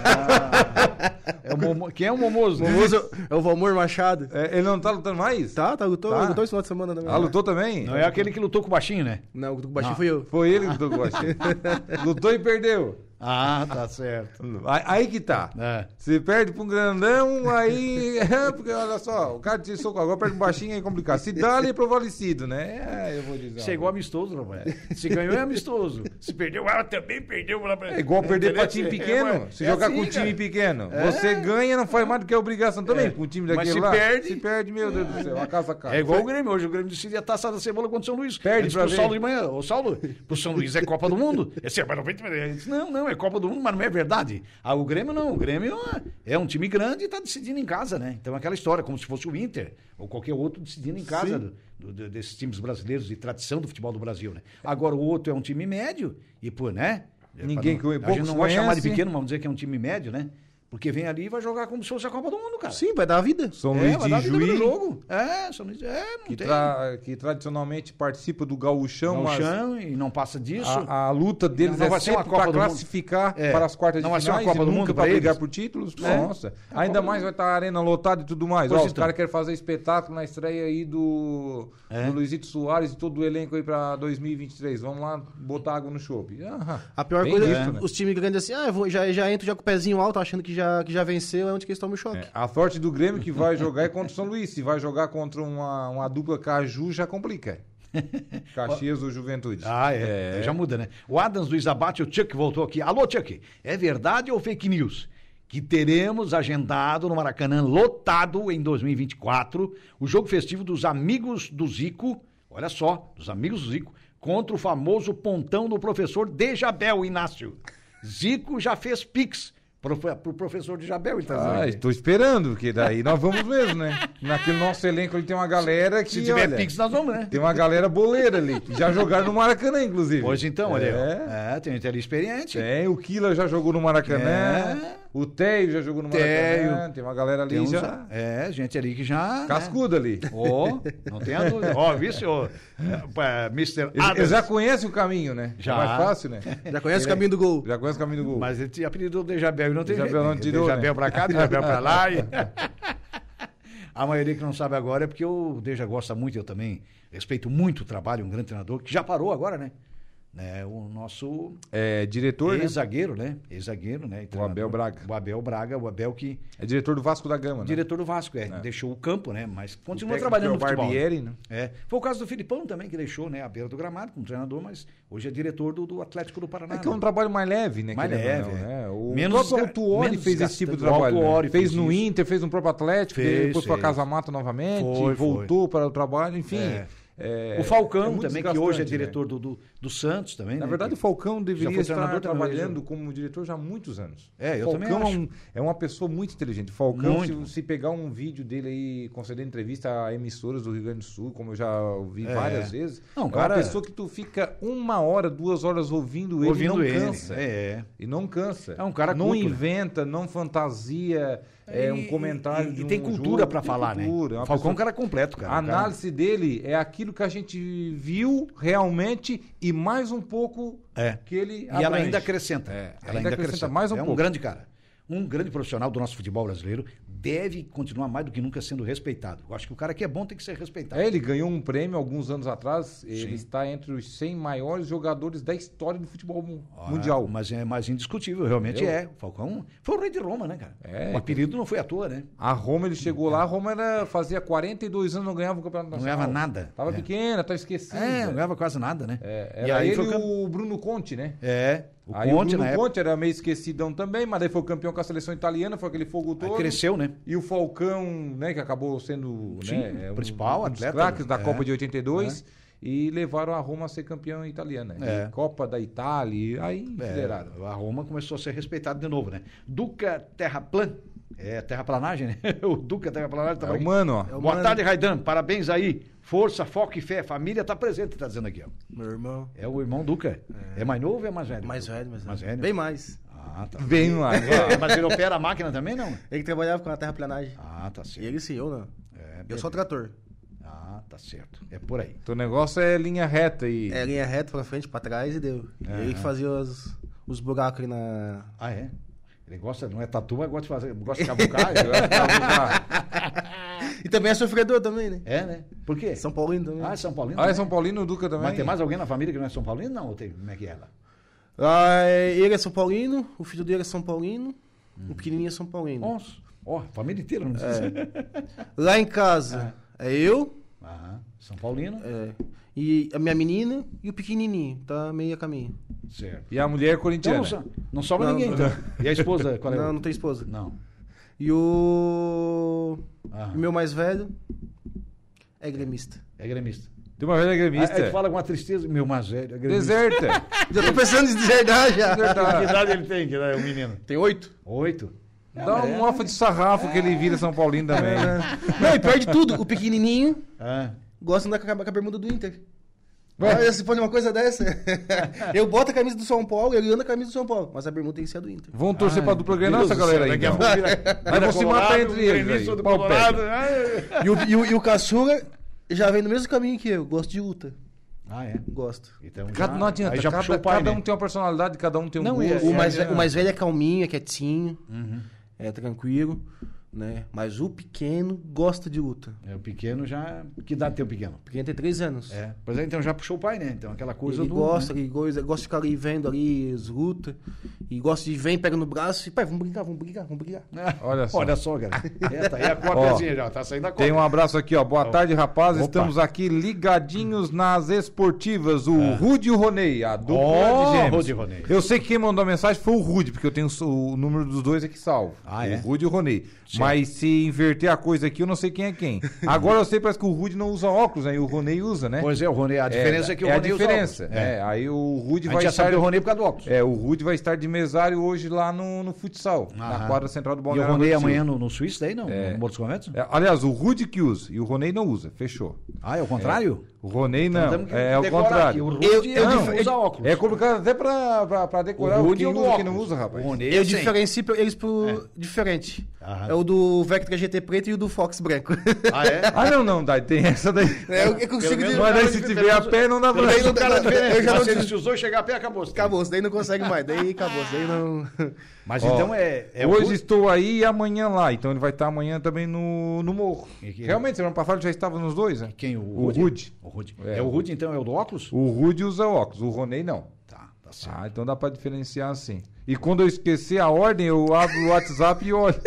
É o Momo... Quem é o Momoso? Momoso é o Valmor Machado. É, ele não tá lutando mais? Tá, tá, lutou, Tá. lutou esse final de semana também. Ah, lutou também? Não é aquele que lutou com o baixinho, né? Não, o baixinho Não. fui eu. Foi ele que lutou com o Baixinho. Lutou e perdeu. Ah, tá certo. Aí, aí que tá. É. Você perde pra um grandão, aí. É, porque olha só, o cara te soco agora, perde um baixinho, é complicado. Se dá, ele é provalecido, né? É, eu vou dizer. Isso é igual amistoso, rapaz. Se ganhou é amistoso. Se perdeu, ela também perdeu. É igual perder pra time pequeno. Se jogar com time pequeno. Você ganha, não faz mais do que a obrigação também. É. Com o time Mas daquele se lá. perde- Se perde, meu Deus do céu. A casa cai. É igual o Grêmio. Hoje o Grêmio decide a taça da cebola contra o São Luís. Perde Ele disse pra pro ver. Saulo de manhã. Ô, Saulo, pro São Luís é Copa do Mundo. Esse é, mas não vem- ele disse, não, não, é Copa do Mundo, mas não é verdade. Ah, o Grêmio não. O Grêmio é um time grande e tá decidindo em casa, né? Então é aquela história, como se fosse o Inter ou qualquer outro decidindo em casa do, do- do- desses times brasileiros de tradição do futebol do Brasil, né? Agora o outro é um time médio e, pô, né? Ninguém Pra não- que- A gente poucos não vai chamar de conhecem. pequeno, vamos dizer que é um time médio, né? Porque vem ali e vai jogar como se fosse a Copa do Mundo, cara. Sim, vai dar a vida. São É, Luís vai dar de vida no Juí, jogo. É, São Luís, é, não que, tem. tra- que tradicionalmente participa do gauchão, No mas chão e não passa disso. a, a luta deles Não é vai ser uma sempre Copa para do Mundo. classificar É. para as quartas Não de vai ser uma finais Copa e do nunca Mundo para pra brigar eles. por títulos. É. Nossa, A ainda Copa mais do vai estar a arena lotada e tudo mais. Pois Ó, os então. caras querem fazer espetáculo na estreia aí do, É. do Luizito Soares e todo o elenco aí para dois mil e vinte e três. Vamos lá botar água no chope. Ah, A pior bem coisa visto, é né? os times grandes assim, ah, eu vou, já, já entro já com o pezinho alto, achando que já, que já venceu, é onde que eles tomam o choque. É, a sorte do Grêmio que vai jogar é contra o São Luís. Se vai jogar contra uma, uma dupla Caju, já complica. Caxias ou Juventude. Ah, é. Aí já muda, né? O Adams do Isabate, o Chuck voltou aqui. Alô, Chuck, é verdade ou fake news que teremos agendado no Maracanã lotado em dois mil e vinte e quatro o jogo festivo dos Amigos do Zico, olha só, dos Amigos do Zico, contra o famoso pontão do professor Dejabel Inácio? Zico já fez Pix pro, pro professor de Jabel. Ah, estou esperando, porque daí nós vamos mesmo, né? Naquele nosso elenco ali tem uma galera que, Se tiver olha, Pix, nós vamos, né? tem uma galera boleira ali, que já jogaram no Maracanã, inclusive. Pois então, olha. É. É, tem gente ali experiente. Tem, o Kila já jogou no Maracanã, É. o Teio já jogou no Maracanã, Teio. tem uma galera ali Tem uns- já É, gente ali que já... cascuda ali. Ó, não tenha dúvida. Ó, viu, senhor? É, mister Eles, Adams. eles já conhecem o caminho, né? Já. É mais fácil, né? Já conhece o caminho do gol. Já conhece o caminho do gol. Mas ele tinha apelido de Jabel e não tem Jabel jeito, não né? tirou, Jabel né? pra cá, Jabel pra lá. E... A maioria que não sabe agora é porque o Deja gosta muito, eu também respeito muito o trabalho, um grande treinador, que já parou agora, né? né? O nosso É diretor, né? ex-zagueiro, né? Ex-zagueiro, né? E O treinador. Abel Braga. O Abel Braga, o Abel que... É diretor do Vasco da Gama, né? Diretor do Vasco, é. Deixou o campo, né? Mas O continua técnico trabalhando é no o futebol. Barbieri, né? É. Foi o caso do Filipão também, que deixou, né? A beira do gramado como treinador, mas hoje é diretor do, do Atlético do Paraná. É que é um né? trabalho mais leve, né? Mais querendo ou leve, não, é. né? O Menos próprio desga- Autuori menos fez esse tipo de desgastante. trabalho. O Autuori né? Fez fez no isso. Inter, fez no próprio Atlético, Fez, depois foi a fez. Casa Mata novamente, Foi, voltou para o trabalho, enfim. É. É, O Falcão é muito também, que desgastante, hoje é né? diretor do, do, do Santos também. Na né? verdade, o Que- Falcão deveria foi estar treinador também, trabalhando já. como diretor já há muitos anos. É, eu o também Falcão é, acho. um- é uma pessoa muito inteligente. O Falcão, Muito. se você pegar um vídeo dele aí, concedendo entrevista a emissoras do Rio Grande do Sul, como eu já ouvi É. várias vezes, Não, é cara- uma pessoa que tu fica uma hora, duas horas ouvindo ele ouvindo e não ele. cansa. É. E não cansa. É um cara Não culto, né? inventa, não fantasia é, um E- comentário e, de e um tem cultura jogo, pra tem falar, cultura, é né? uma O Falcão é pessoa- um cara completo, cara. A Um cara- análise dele é aquilo que a gente viu realmente e mais um pouco É. que ele E ela abrange. ainda acrescenta. É, ela ainda acrescenta mais um é pouco. um grande cara. Um grande profissional do nosso futebol brasileiro deve continuar mais do que nunca sendo respeitado. Eu acho que o cara que é bom tem que ser respeitado. É, ele ganhou um prêmio alguns anos atrás. Ele Sim. está entre os cem maiores jogadores da história do futebol mu- Ah, mundial. Mas é mais indiscutível, realmente Eu- é. O Falcão foi o rei de Roma, né, cara? É, o apelido não foi à toa, né? A Roma, ele chegou lá, a Roma era, fazia quarenta e dois anos, não ganhava o Campeonato Não Nacional. ganhava nada. Tava É. pequena, tá esquecida. É, não ganhava quase nada, né? É, E era aí ele foi e cam- o Bruno Conte, né? É, o Aí Conte o na Bruno época Conte era meio esquecidão também, mas daí foi campeão com a seleção italiana, foi aquele fogo aí todo. cresceu, né? E o Falcão, né, que acabou sendo Sim, né, é, um principal um atleta, dos craques da é. Copa de oitenta e dois e levaram a Roma a ser campeão italiana. É. E Copa da Itália, e aí enfileiraram. É, a Roma começou a ser respeitada de novo, né? Duca Terraplan. É, terraplanagem, né? O Duca Terraplanagem É tava aqui. humano, ó. É o Boa mano. tarde, Raidan. Parabéns aí. Força, foco e fé. Família tá presente, tá dizendo aqui, ó. Meu irmão. É o irmão Duca. É, mais novo ou é mais velho? Mais velho, mais velho. Mais velho? Bem mais. Ah, tá. Bem lá. É, mas ele opera a máquina também, não? Ele que trabalhava com a terraplanagem. Ah, tá E certo. ele sim, eu não. É, Eu sou beleza. trator. Ah, tá certo. É por aí. Teu negócio é linha reta e... É linha reta pra frente, pra trás e deu. E ele que fazia os, os buracos ali na. Ah, é? Ele gosta, não é tatu, mas gosta de fazer, gosta de cavucar. E também é sofredor também, né? É, né? Por quê? São Paulino também. Ah, é São Paulino? Ah, é também? São Paulino, o Duca também? Mas tem mais alguém na família que não é São Paulino? Não, ou tem, como é que é ela? Ah, ele é São Paulino, o filho dele é São Paulino, o pequenininho é São Paulino. Nossa, ó, família inteira, não precisa. Lá em casa é eu, Aham, São Paulino, é, e a minha menina e o pequenininho, tá meio a caminho. certo. E a mulher Então corintiana? não, so- não sobra Não, ninguém, não. então. E a esposa, qual é? Não, o- não tem esposa. Não. E o... Aham. o meu mais velho é gremista. É gremista. Tem uma velha gremista. Ah, ele fala com uma tristeza, meu mais velho, é gremista. Deserta. Já tô pensando em deserdar já. Que idade ele tem, que é o menino? Tem oito? Oito? Dá um ofa de sarrafo que ele vira São Paulino também. Não, e pior de tudo, o pequenininho Ah, gosta de andar com a, com a bermuda do Inter. Ué? Olha, se põe uma coisa dessa. Eu boto a camisa do São Paulo, ele anda com a camisa do São Paulo, mas a bermuda tem que ser a do Inter. Vão torcer Ai, pra dupla Deus Grenal essa do galera céu, aí. daqui a então. pouco vira- Aí vira vão se matar Colorado, entre eles gremista aí. do Pau Colorado. pega. Ai. E o, e, o, e o caçula já vem no mesmo caminho que eu, gosto de luta. Ah, é? Gosto. Então, Cada, já- não adianta, aí já cada, puxou o pai, cada um né? tem uma personalidade, cada um tem um Não, e- gosto. O É, mais, é. ve- o mais velho é calminho, é quietinho, Uhum. é tranquilo, né? Mas o pequeno gosta de luta. É, o pequeno já... Que idade tem o pequeno? O pequeno tem três anos. É. Pois é, então já puxou o pai, né? Então aquela coisa Ele do... gosta, né? ele gosta, gosta de ficar ali vendo ali as lutas. E gosta de vem, pega no braço e, pai, vamos brincar, vamos brincar, vamos brincar. Olha só. Olha só, cara. É, tá aí a cópiazinha já, tá saindo a cópia. Tem um abraço aqui, ó. Boa tarde, rapaz. Opa. Estamos aqui ligadinhos nas esportivas. O Rude e o Ronei, a dupla Ó, de gêmeos. Rude e Ronei. Eu sei que quem mandou a mensagem foi o Rude, porque eu tenho o número dos dois aqui salvo. Ah, o é? Rude e o Ronei. Sim. Mas se inverter a coisa aqui, eu não sei quem é quem. Agora eu sei, parece que o Rude não usa óculos, né? E o Ronei usa, né? Pois é, o Ronei, a diferença é, é que o é Ronei a diferença. usa É. é, aí o Rude a vai já estar... sabe o Ronei por causa do óculos. É, o Rude vai estar de mesário hoje lá no, no futsal, Aham. na quadra central do E o Balneário. Ronei amanhã no, no Suíço, daí não? É. No Morro dos Conventos? É, aliás, o Rude que usa e o Ronei não usa, fechou. Ah, é o contrário? O Ronei não, Então, temos que é, é o decorar contrário. aqui. O Rude Eu- é- eu não, dif- usa óculos. É complicado até pra, pra, pra decorar O o Rude quem é o usa do e quem não óculos. usa, rapaz. O Ronei Eu sim. diferencio eles por diferente. Aham. É o do Vectra G T preto e o do Fox branco. Ah, é? Ah, não, não, daí tem essa daí. É, eu, eu consigo... menos de- Mas daí Pelo se menos- tiver a pé, não dá pra... Pelo menos- O cara é diferente. Eu já Mas não- se ele se usou e chegar a pé, acabou. Acabou, daí não consegue mais. Daí acabou, daí não... Mas Ó, então é... é o Hoje Rude? estou aí e amanhã lá, então ele vai estar amanhã também no, no morro. E que- Realmente, semana passada já estava nos dois, né? Quem? O O Rude? Rude. O Rude. É. É, o Rude, então, é o do óculos? O Rude usa óculos, o Ronei não. Tá, tá certo. Ah, então dá pra diferenciar assim. E quando eu esquecer a ordem, eu abro o WhatsApp e olho.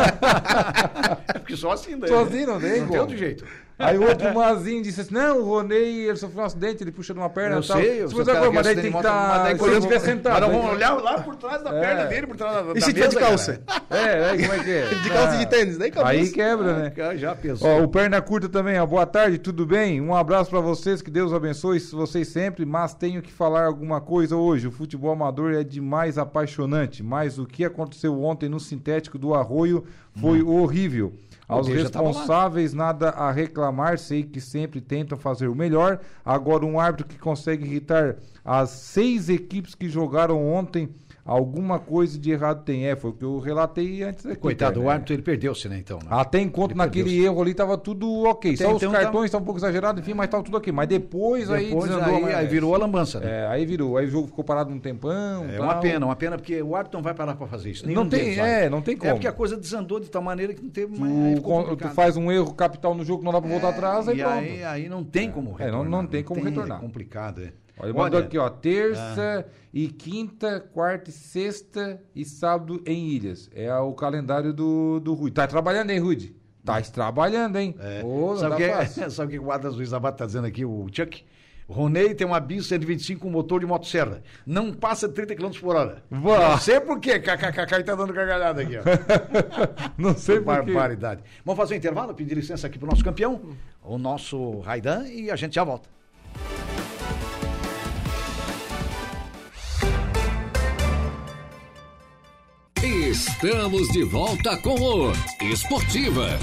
É porque só assim daí. Só né? assim, não tem Não tem como. outro jeito. Aí o outro Mazinho disse assim: não, o Ronei, ele sofreu um acidente, ele puxa de uma perna Eu e tal. sei, eu Se sei, você o cara agora, que mas daí acidente tem que de moto, mas estar. daí Se quando ele eu estiver vou- sentado. Mas não né? vamos olhar lá por trás da É. perna dele, por trás da, da E se tiver mesa, de calça? cara. É, aí como é que é? De calça e de Ah, tênis, daí acabou. Aí quebra, né? Ah, já pensou. Ó, o Perna Curta também, ó. Boa tarde, tudo bem? Um abraço pra vocês, que Deus abençoe vocês sempre, mas tenho que falar alguma coisa hoje. O futebol amador é demais apaixonante, mas o que aconteceu ontem no sintético do Arroio foi horrível. Aos Alguém já tava lá. responsáveis, nada a reclamar, sei que sempre tentam fazer o melhor. Agora, um árbitro que consegue irritar as seis equipes que jogaram ontem, alguma coisa de errado tem. É, foi o que eu relatei antes aqui. Coitado, cara, o né? árbitro, ele perdeu-se, né, então. Né? Até enquanto Ele naquele perdeu-se. erro ali tava tudo ok. Até Só então os cartões estavam um pouco exagerados, enfim, mas tava tudo ok. Mas depois, aí Depois, desandou. aí, mas- aí virou a lambança, né? É, aí virou. Aí o jogo ficou parado um tempão. É tal. uma pena, uma pena, porque o árbitro não vai parar pra fazer isso. Não nenhum tem, deles vai. é, não tem como. É porque a coisa desandou de tal maneira que não teve mais. aí Tu, ficou con- tu complicado. faz um erro capital no jogo que não dá pra voltar atrás, aí e pronto. aí, aí não tem como É, não- retornar. não tem como retornar. É complicado, é. Olha, mandou aqui, ó. Terça e quinta, quarta e sexta e sábado em Ilhas. É o calendário do, do Rude. Tá trabalhando, hein, Rude? Tá trabalhando, hein? Ô, não Sabe o tá que, fácil. sabe o que o Adams Luiz Abate tá dizendo aqui, o Chuck? Ronei tem uma Bis cento e vinte e cinco com motor de motosserra. Não passa de trinta quilômetros por hora. Vá. Não sei por quê. KKKK tá dando gargalhada aqui, ó. Não sei por quê. Barbaridade. Vamos fazer um intervalo, pedir licença aqui pro nosso campeão, o nosso Raidan, e a gente já volta. Estamos de volta com o Esportivas.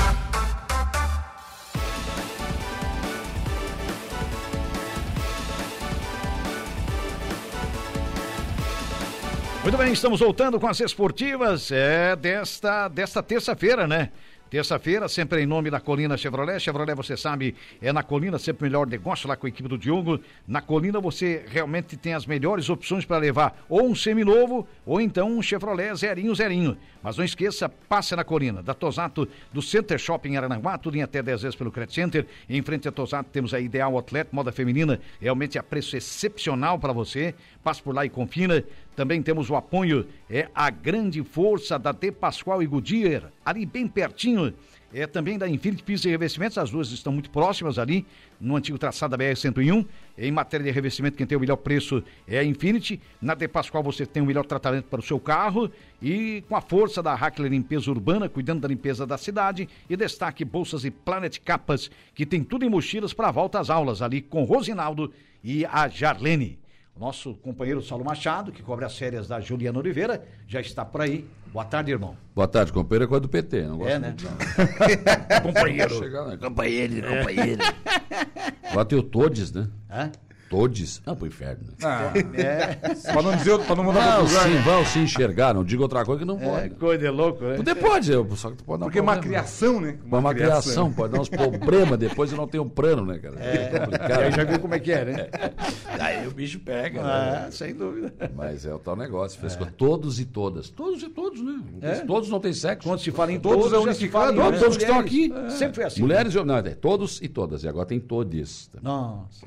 Muito bem, estamos voltando com as esportivas é, desta, desta terça-feira, né? Terça-feira, sempre em nome da Colina Chevrolet. Chevrolet, você sabe, é na Colina, sempre o melhor negócio lá com a equipe do Diogo. Na Colina você realmente tem as melhores opções para levar ou um seminovo ou então um Chevrolet zerinho, zerinho. Mas não esqueça, passe na Colina, da Tosato, do Center Shopping Aranaguá, tudo em até dez vezes pelo Credit Center. Em frente a Tosato temos a Ideal Outlet, moda feminina, realmente a preço excepcional para você. Passe por lá e confira. Também temos o apoio, é a grande força da De Pascoal e Goodyear, ali bem pertinho, é também da Infinity Pisos e Revestimentos, as duas estão muito próximas ali, no antigo traçado da B R cento e um, em matéria de revestimento, quem tem o melhor preço é a Infinity, na De Pascoal você tem o melhor tratamento para o seu carro, e com a força da Hackler Limpeza Urbana, cuidando da limpeza da cidade, e destaque Bolsas e Planet Capas, que tem tudo em mochilas para a volta às aulas, ali com Rosinaldo e a Jarlene. Nosso companheiro Saulo Machado, que cobre as férias da Juliana Oliveira, já está por aí. Boa tarde, irmão. Boa tarde, companheiro é coisa do P T. Não gosto É, né? muito, não. Companheiro. Chegar, né? Companheiro, companheiro. Lá tem o Todes, né? Hã? Todes. Ah, pro inferno. Né? Ah, É, pra não dizer, pra não mandar pra Vão outro lugar, sim, né? vão se enxergar. Não digo outra coisa que não é pode. coisa de louco, né? Poder pode, eu- só que tu pode dar Porque é uma problema. criação, né? Uma, uma criação, pode dar uns problemas, depois eu não tenho plano, né, cara? É complicado. Aí já viu como é que é, né? Aí o bicho pega, né? Ah, sem dúvida. Mas é o tal negócio, fez com todos e todas. Todos e todos, né? É? Todos não tem sexo. Quando se fala em Todos todos, é já se fala em unificado, todos, todos que estão mulheres. aqui. É. Sempre foi assim. Mulheres e homens. Não, é todos e todas. E agora tem todes. Nossa Senhora.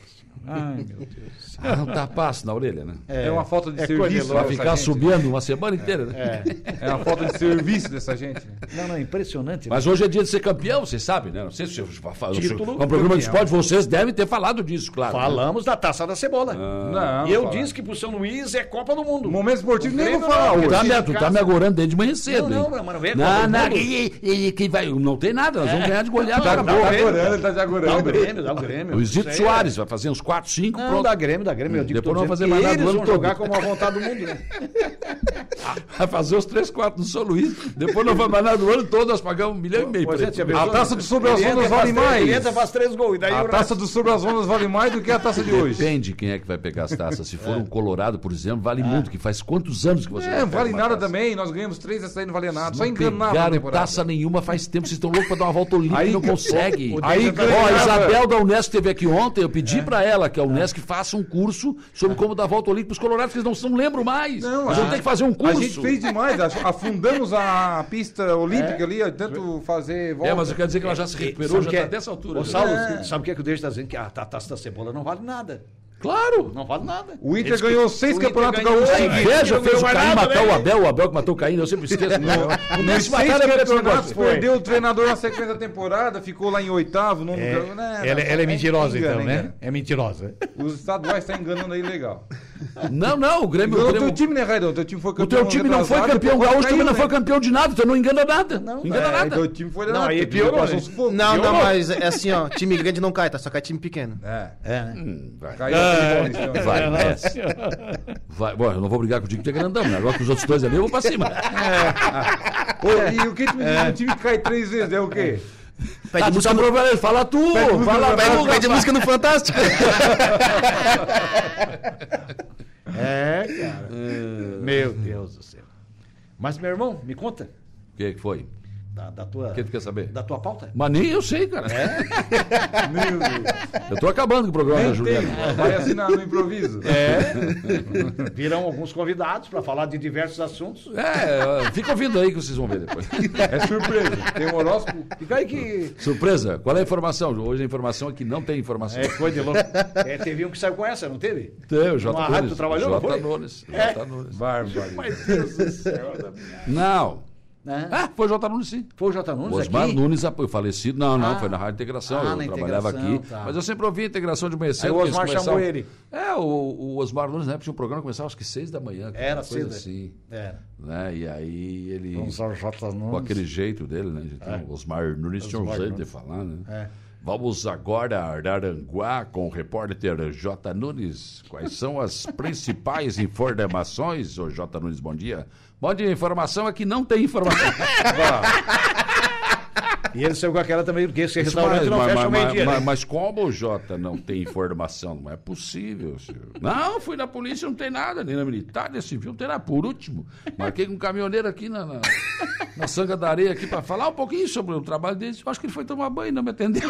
Ai, meu Deus. Ah, um tapaço na orelha, né? É, uma falta de é serviço. coisa Vai dessa ficar gente. subindo uma semana inteira, né? É. É uma falta de serviço dessa gente. Não, não, é impressionante. Mas hoje é dia de ser campeão, vocês sabem, né? Não sei se eu falo. Título Um programa de campeão. esporte, vocês devem ter falado disso, claro. né? Falamos da Taça da Cebola. Não, e eu fala. disse que pro São Luís é Copa do Mundo. Momento esportivo O nem vou Grêmio falar não, hoje. Tu tá, Esse me, de tu tá casa- me agorando desde manhã cedo, Não, hein? não, mas não vem a Não, Copa do não, Mundo. ele, ele que vai, não tem nada, nós vamos ganhar de goleada. Tá, Tá, tá Grêmio. agorando, ele tá te Dá o agorando. Grêmio, dá o Grêmio. O Isito Isso aí Soares vai fazer uns quatro, cinco, Não, pronto. dá Grêmio, dá Grêmio. Eu digo, Depois tô não vai fazer dizendo mais que nada eles no ano vão jogar todo. como a vontade do mundo, né? Vai fazer os três, quatro no São Luís. Depois não vai mais nada do ano todo, nós pagamos um milhão e meio. Pois pra é, ele. tinha visto? A taça do Sobre as Ele entra, Ondas faz vale três- mais. Ele entra, faz três gols. E daí A o taça do Sobre as Ondas vale mais do que a taça de hoje. Depende quem é que vai pegar as taças. Se for um Colorado, por exemplo, vale muito, que faz quantos anos que você É, não não vale pega uma nada taça? também. Nós ganhamos três, essa aí não valia nada. Só Não enganava a pegaram temporada. taça nenhuma faz tempo, vocês estão loucos pra dar uma volta olímpica Aí e não que- consegue. o- o Aí Ó, ganhava- a Isabel da Unesco esteve aqui ontem, eu pedi pra ela que a Unesco faça um curso sobre como dar volta olímpica pros colorados, que eles não, não lembram mais. Não, Nós a- vamos ter que fazer um curso. A gente fez demais, ach- afundamos a pista olímpica ali, ó, tanto fazer volta. É, mas eu quero dizer que ela já se recuperou, Sabe já que tá é? dessa altura. Ô, já. Saulo, É. sabe o que é que o Deixa tá dizendo? Que a ta- taça da Cebola não vale nada. Claro. Não vale nada. O Inter Eles- ganhou seis o Inter campeonatos ganhou- gaúchos Aí, seguidos. Veja, não fez o ganhou Caim nada, matar né? o Abel, o Abel que matou o Caim, eu sempre esqueço. Nos Nesse seis matar é campeonatos, Foi. perdeu o treinador na sequência da temporada, ficou lá em oitavo, nono É, ganhou, né? ela, ela é mentirosa, engana, então, né? engana. É mentirosa. Os estaduais estão enganando aí legal. Não, não, o Grêmio... Enganou O, o teu Grêmio, time, né, Raidão? O teu time foi o campeão teu time não foi retrasado, campeão depois gaúcho, caiu, também não né? foi campeão de nada, então não engana nada. Não, engana É, nada. teu time foi Não, nada, aí teu time piorou, passou né? os focos. Não, não, Piorou. mas é assim, ó, time grande não cai, tá? Só cai time pequeno. É, É, né? Hum, vai. caiu aquele Paulistão. Vai, é. vai. Bom, eu não vou brigar com o time que é grandão, né? Agora com os outros dois ali eu vou pra cima. Ô, e o que tu me diz? Um time que cai três vezes é o quê? Pede Ah, tu música tá no, provando ele, fala tu, música fala no- tu, pede, pede rapaz. música no Fantástico. É, cara. Meu Deus do céu. Mas, meu irmão, me conta O que que foi? da, da tua, O que tu quer saber? da tua pauta. Mas nem eu sei, cara. Meu Deus. Eu tô acabando com o programa da Nem Juliana. tem, vai assinar no improviso. É. Virão alguns convidados para falar de diversos assuntos. É, fica ouvindo aí que vocês vão ver depois. É surpresa. Tem um horóscopo. Fica aí que Surpresa? Qual é a informação? Hoje a informação é que não tem informação. é coisa de louco. É, teve um que saiu com essa, não teve? Tem, o J. Numa rádio Nunes. tu trabalhou, não J. foi? Nunes. É. J. Nunes. Bárbaro. Mas Deus do céu. Não. Né? Ah, foi o J. Nunes, sim. Foi o J. Nunes Osmar aqui? Nunes, apo- falecido. Não, não, Ah. foi na Rádio Integração. Ah, eu na trabalhava Integração, aqui. tá. Mas eu sempre ouvi a integração de manhã Aí cedo. o eles Osmar começavam- chamou ele. É, o, o Osmar Nunes, né? Tinha um programa que começava acho que seis da manhã. Era uma coisa cedo. assim. É. Né? E aí ele. Vamos ao J. Nunes. Com aquele jeito dele, né? Então, É. Osmar Nunes tinha um Osmar jeito de Nunes. falar, né? É. Vamos agora a Araranguá com o repórter J. Nunes. Quais são as principais informações? Ô J. Nunes, bom dia. Bom dia, informação é que não tem informação. E ele saiu com aquela também, porque esse Isso, restaurante não mas, fecha mas, ao meio-dia. mas, né? mas como o Jota não tem informação? Não é possível, senhor. Não, fui na polícia, não tem nada, nem na militar, nem civil, não tem nada. Por último, marquei com um caminhoneiro aqui na, na, na Sanga da Areia aqui para falar um pouquinho sobre o trabalho dele. Eu acho que ele foi tomar banho e não me atendeu.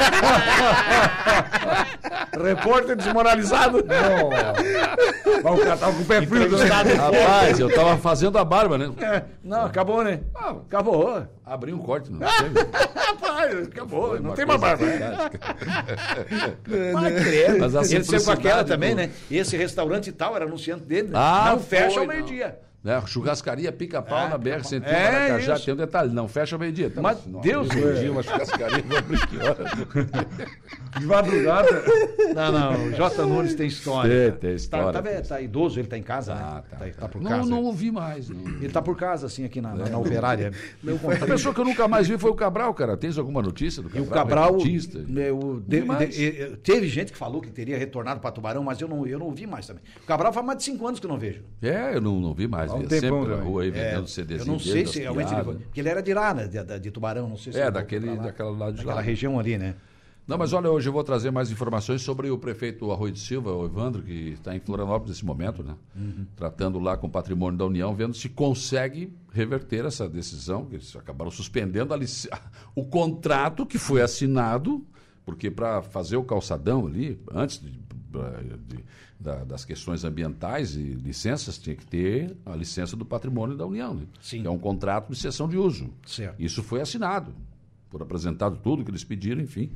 Repórter desmoralizado. Mas o cara tava com o pé frio. né? Rapaz, eu tava fazendo a barba, né? É, não, acabou, né? Ah, Acabou. abri um corte, não teve. Rapaz, acabou. Foi Não uma tem mais coisa barba. né? fantástica. Mas credo. Mas a Ele saiu com simplicidade aquela do- também, né? Esse restaurante e tal, era anunciante dele. Né? Ah, não fecha foi, ao não. meio-dia. Né? Churrascaria Pica-Pau É, na B R cento e um é Maracajá. isso. Tem um detalhe, não fecha ao meio-dia. Tá? Mas Não, Deus meio-dia, uma churrascaria, vai abrir que hora? De madrugada. Não, não. O J. Nunes tem história. Tem, cara. tem história, Tá, tá, tem velho, tá idoso, ele tá em casa, Ah, né? tá, Tá, tá por não, casa. não ouvi mais. Não. Ele tá por casa, assim, aqui na, na, na operária. A pessoa que eu nunca mais vi foi o Cabral, cara. Tens alguma notícia do E Cabral? o Cabral, Repentista? eu, de- mais. de- eu- teve gente que falou que teria retornado para Tubarão, mas eu não, eu não vi mais também. O Cabral faz mais de cinco anos que eu não vejo. É, eu não, não vi mais. Há um Via tempão sempre na também. rua aí É, vendendo C Ds. eu não sei se realmente ele foi, porque ele era de lá, né, de, de, de Tubarão, não sei se É, ele daquele, voltou pra lá, daquela lado de daquela lá. região ali, né? Não, mas olha, hoje eu vou trazer mais informações sobre o prefeito Arroio de Silva, o Evandro, que está em Florianópolis nesse momento, né? Uhum. Tratando lá com o patrimônio da União, vendo se consegue reverter essa decisão, que eles acabaram suspendendo a lic... o contrato que foi assinado, porque para fazer o calçadão ali, antes de, de, da, das questões ambientais e licenças, tinha que ter a licença do patrimônio da União, né? Sim. Que é um contrato de cessão de uso. Certo. Isso foi assinado, por apresentado tudo que eles pediram, enfim.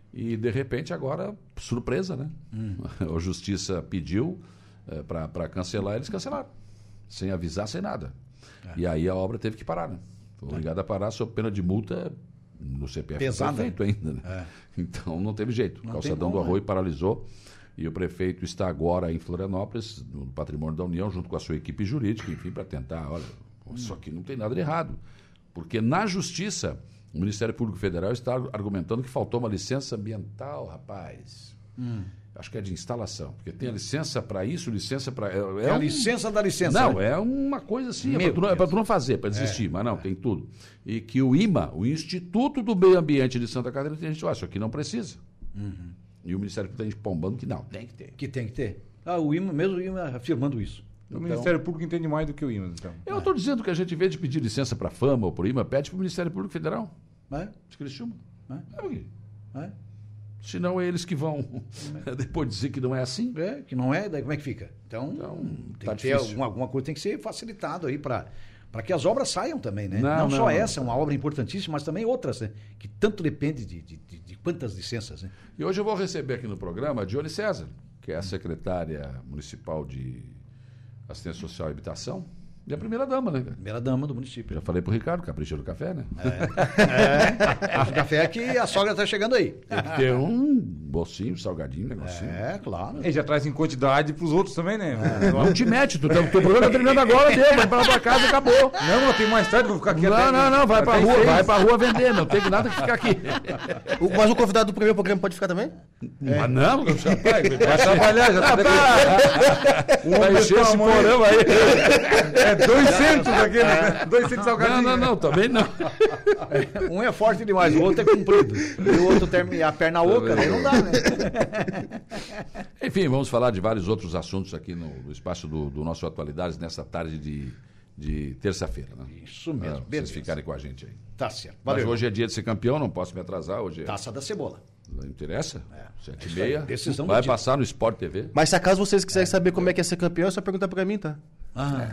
E, de repente, agora, surpresa, né? Hum. A Justiça pediu é, para cancelar, eles cancelaram. Sem avisar, sem nada. É. E aí a obra teve que parar, né? Foi obrigado é. a parar sob pena de multa no C P F. Pesado, feito ainda, né? É. Então, não teve jeito. O calçadão como, do Arroio né? paralisou. E o prefeito está agora em Florianópolis, no Patrimônio da União, junto com a sua equipe jurídica, enfim, para tentar, olha, hum. isso aqui não tem nada de errado. Porque na Justiça... O Ministério Público Federal está argumentando que faltou uma licença ambiental, rapaz. Hum. Acho que é de instalação. Porque tem a licença para isso, licença para... É, é, é a um... licença da licença. Não, né? é uma coisa assim, é para tu não fazer, para desistir. É. Mas não, é. tem tudo. E que o I M A, o Instituto do Meio Ambiente de Santa Catarina, tem gente, ó, isso aqui não precisa. Uhum. E o Ministério Público está pombando que não, tem que ter. Que tem que ter. Ah, o I M A, mesmo o I M A afirmando isso. O então, Ministério Público entende mais do que o I M A, então. Eu estou é. dizendo que a gente, em vez de pedir licença para a Fama ou para o I M A, pede para o Ministério Público Federal. É? De Criciúma. É? É porque... É? Senão é eles que vão é. depois dizer que não é assim. É, que não é, daí como é que fica? Então, então tem tá que ter alguma, alguma coisa, tem que ser facilitado aí para para que as obras saiam também, né? Não, não, não só não, essa, é uma obra importantíssima, mas também outras, né? Que tanto depende de, de, de, de quantas licenças, né? E hoje eu vou receber aqui no programa a Dione César, que é a secretária municipal de Assistência Social e Habitação. E a primeira-dama, né? Primeira-dama do município. Já falei pro Ricardo, capricha do café, né? É. é. O café é que a sogra tá chegando aí. Tem que ter um bolsinho, salgadinho, um negocinho. É, claro. Ele já traz em quantidade pros outros também, né? É. Não te mete, tu tá, teu programa tá terminando agora, deu, vai pra tua casa, acabou. Não, não, tem mais tarde, vou ficar aqui não, até... Não, não, não, vai pra rua, seis. vai pra rua vender, não tem nada que ficar aqui. O, mas o convidado do primeiro programa pode ficar também? É. Mas não, vai, vai trabalhar, já tá daqui. Um vai encher esse porão aí. É dois aqui, né? Dois centos salgadinhos. Não, não, não, também não. Um é forte demais, o outro é comprido. E o outro tem a perna oca, aí não dá, né? Enfim, vamos falar de vários outros assuntos aqui no, no espaço do, do nosso Atualidades nessa tarde de, de terça-feira. Né? Isso mesmo. Ah, vocês ficarem com a gente aí. Tá certo. Valeu. Mas hoje é dia de ser campeão, não posso me atrasar. Hoje é... Taça da Cebola. Não interessa? É. Sete e é meia. Decisão vai passar no Sport T V. Mas se acaso vocês quiserem é. saber como é que é ser campeão, é só perguntar pra mim, tá? Ah.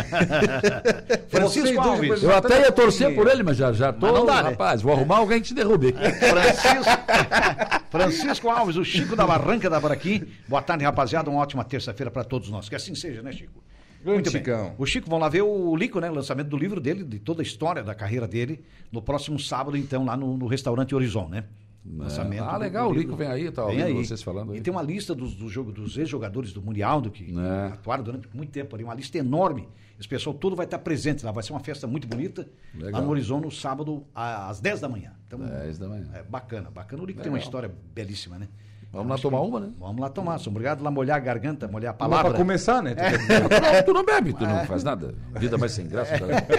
Francisco Alves. Eu até ia torcer por ele, mas já, já tô. Mas não dá, rapaz, né? vou arrumar alguém que te derrube. Francisco, Francisco Alves, o Chico da Barranca da por aqui. Boa tarde, rapaziada. Uma ótima terça-feira para todos nós. Que assim seja, né, Chico? Muito bem. O Chico, vão lá ver o Lico, né? O lançamento do livro dele, de toda a história da carreira dele, no próximo sábado, então, lá no, no restaurante Horizon, né? Lançamento ah, legal, o Lico vem aí, tá ouvindo aí. Vocês falando aí. E tem uma lista dos, do jogo, dos ex-jogadores do Mundial, do que é. atuaram durante muito tempo ali, uma lista enorme. Esse pessoal todo vai estar presente lá, vai ser uma festa muito bonita, legal. Lá no Horizon, no sábado, às dez da manhã. Então, dez da manhã. É bacana, bacana. O Lico legal. Tem uma história belíssima, né? Vamos lá tomar uma, né? Vamos lá tomar. Sou obrigado lá molhar a garganta, molhar a palavra. Para começar, né? É. Tu não bebe, tu não faz nada. Vida mais sem graça.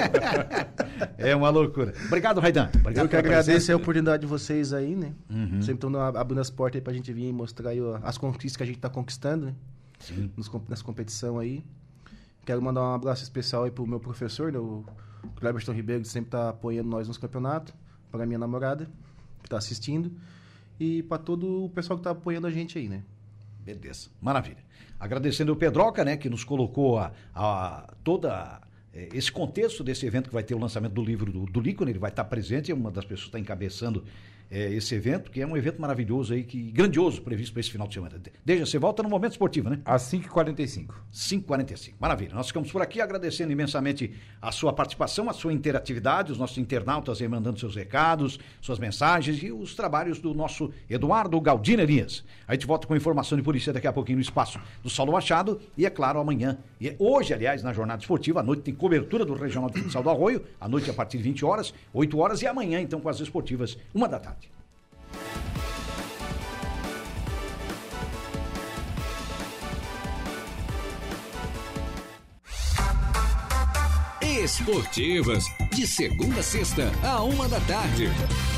É uma loucura. Obrigado, Raidan. Obrigado. Eu que agradeço a oportunidade de vocês aí, né? Uhum. Sempre estão abrindo as portas aí pra gente vir e mostrar aí as conquistas que a gente tá conquistando, né? Sim. Nos, nessa competição aí. Quero mandar um abraço especial aí pro meu professor, né? O Cleberton Ribeiro, que sempre tá apoiando nós nos campeonatos. Pra minha namorada, que tá assistindo. E para todo o pessoal que está apoiando a gente aí, né? Beleza, maravilha. Agradecendo o Pedroca, né, que nos colocou a, a toda é, esse contexto desse evento que vai ter o lançamento do livro do, do Lico, né? Ele vai estar presente, é uma das pessoas que está encabeçando é, esse evento, que é um evento maravilhoso aí, que, grandioso, previsto para esse final de semana. Deja, você volta no Momento Esportivo, né? Às cinco e quarenta e cinco. cinco e quarenta e cinco, maravilha. Nós ficamos por aqui agradecendo imensamente a sua participação, a sua interatividade, os nossos internautas aí mandando seus recados, suas mensagens e os trabalhos do nosso Eduardo Galdino Elias. A gente volta com informação de polícia daqui a pouquinho no espaço do Saulo Machado e, é claro, amanhã. E hoje, aliás, na jornada esportiva, à noite tem cobertura do Regional de Futsal do Arroio, à noite a partir de vinte horas, oito horas e amanhã, então, com as esportivas, uma da tarde. Esportivas, de segunda a sexta, a uma da tarde.